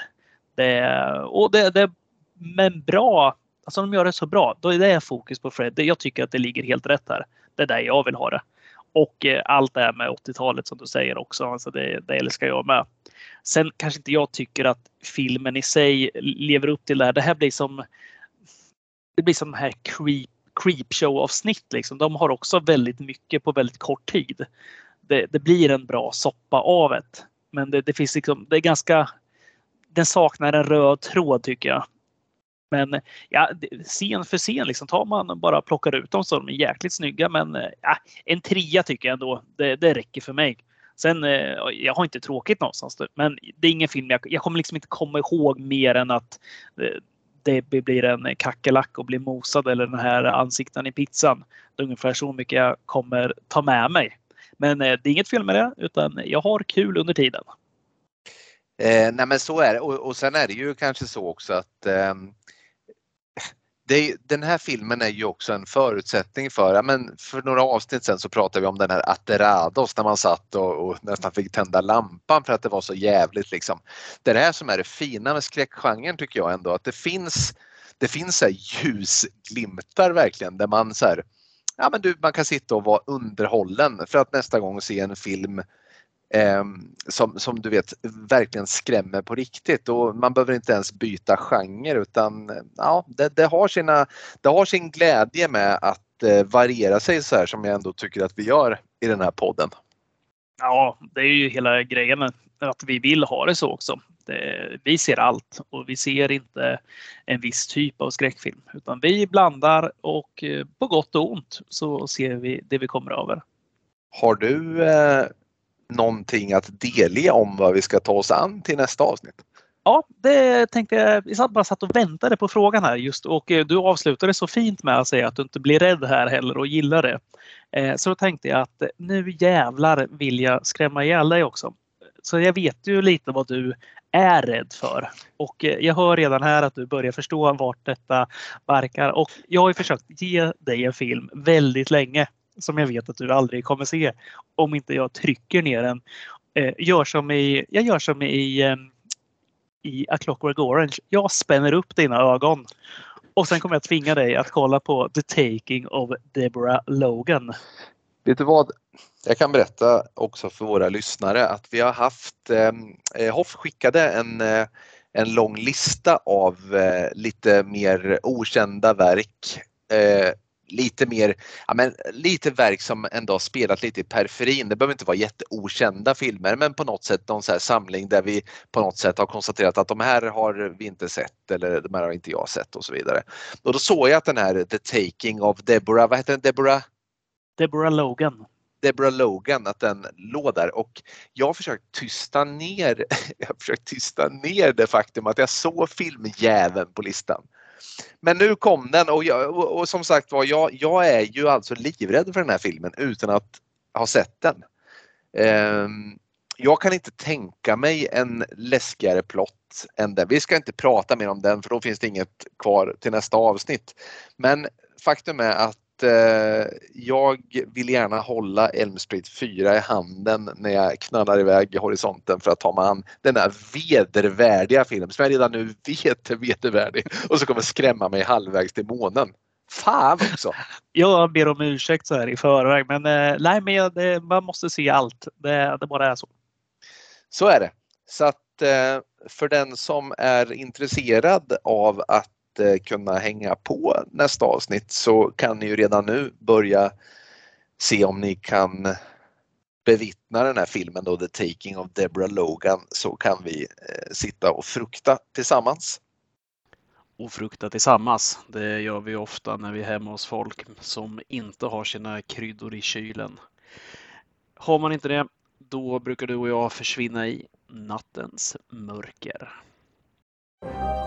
Men bra, alltså de gör det så bra. Då är det fokus på Fred. Jag tycker att det ligger helt rätt här. Det är där jag vill ha det. Och allt det här med 80-talet som du säger också. Alltså det älskar jag med. Sen kanske inte jag tycker att filmen i sig lever upp till det här. Det blir som här creepshow-avsnitt. Liksom. De har också väldigt mycket på väldigt kort tid. Det blir en bra soppa av det. Men det finns liksom, det är ganska, den saknar en röd tråd tycker jag. Men ja, scen för scen liksom tar man bara plockar ut dem så de är jäkligt snygga. Men en 3 tycker jag ändå, det räcker för mig. Sen, jag har inte tråkigt någonstans. Men det är ingen film, jag kommer liksom inte komma ihåg mer än att det blir en kackerlack och blir mosad eller den här ansikten i pizzan. Det är ungefär så mycket jag kommer ta med mig. Men det är inget fel med det, utan jag har kul under tiden. Nej men så är det. Och sen är det ju kanske så också att den här filmen är ju också en förutsättning för några avsnitt sen så pratade vi om den här Aterados när man satt och nästan fick tända lampan för att det var så jävligt liksom. Det är det här som är det fina med skräckgenren tycker jag ändå, att det finns så här ljusglimtar verkligen där man så här, man kan sitta och vara underhållen för att nästa gång se en film som du vet verkligen skrämmer på riktigt och man behöver inte ens byta genre utan det har sin glädje med att variera sig så här som jag ändå tycker att vi gör i den här podden. Ja, det är ju hela grejen att vi vill ha det så också. Vi ser allt och vi ser inte en viss typ av skräckfilm utan vi blandar och på gott och ont så ser vi det vi kommer över. Har du någonting att delge om vad vi ska ta oss an till nästa avsnitt? Ja, det tänkte jag. Jag bara satt och väntade på frågan här just och du avslutade så fint med att säga att du inte blir rädd här heller och gillar det. Så då tänkte jag att nu jävlar vill jag skrämma ihjäl dig också. Så jag vet ju lite vad du är rädd för. Och jag hör redan här att du börjar förstå vart detta barkar. Och jag har ju försökt ge dig en film väldigt länge som jag vet att du aldrig kommer se om inte jag trycker ner den. Jag gör som i A Clockwork Orange. Jag spänner upp dina ögon och sen kommer jag tvinga dig att kolla på The Taking of Deborah Logan. Vet du vad? Jag kan berätta också för våra lyssnare att vi har haft Hoff skickade en lång lista av lite mer okända verk. Lite verk som ändå har spelat lite i periferin. Det behöver inte vara jätteokända filmer men på något sätt någon så här samling där vi på något sätt har konstaterat att de här har vi inte sett eller de här har inte jag sett och så vidare. Och då såg jag att den här The Taking of Deborah, vad heter den? Deborah Logan, att den låg där och jag har försökt tysta ner det faktum att jag såg filmjäveln på listan. Men nu kom den och som sagt var, jag är ju alltså livrädd för den här filmen utan att ha sett den. Jag kan inte tänka mig en läskigare plott än den. Vi ska inte prata mer om den för då finns det inget kvar till nästa avsnitt. Men faktum är att jag vill gärna hålla Elm Street 4 i handen när jag knallar iväg i horisonten för att ta mig an den där vedervärdiga filmen som jag redan nu vet är vedervärdig och så kommer skrämma mig halvvägs till månen. Fan också! Jag ber om ursäkt så här i förväg, men nej, men man måste se allt. Det bara är så. Så är det. Så att för den som är intresserad av att kunna hänga på nästa avsnitt så kan ni ju redan nu börja se om ni kan bevittna den här filmen då, The Taking of Deborah Logan, så kan vi sitta och frukta tillsammans. Och frukta tillsammans. Det gör vi ofta när vi är hemma hos folk som inte har sina kryddor i kylen. Har man inte det, då brukar du och jag försvinna i nattens mörker.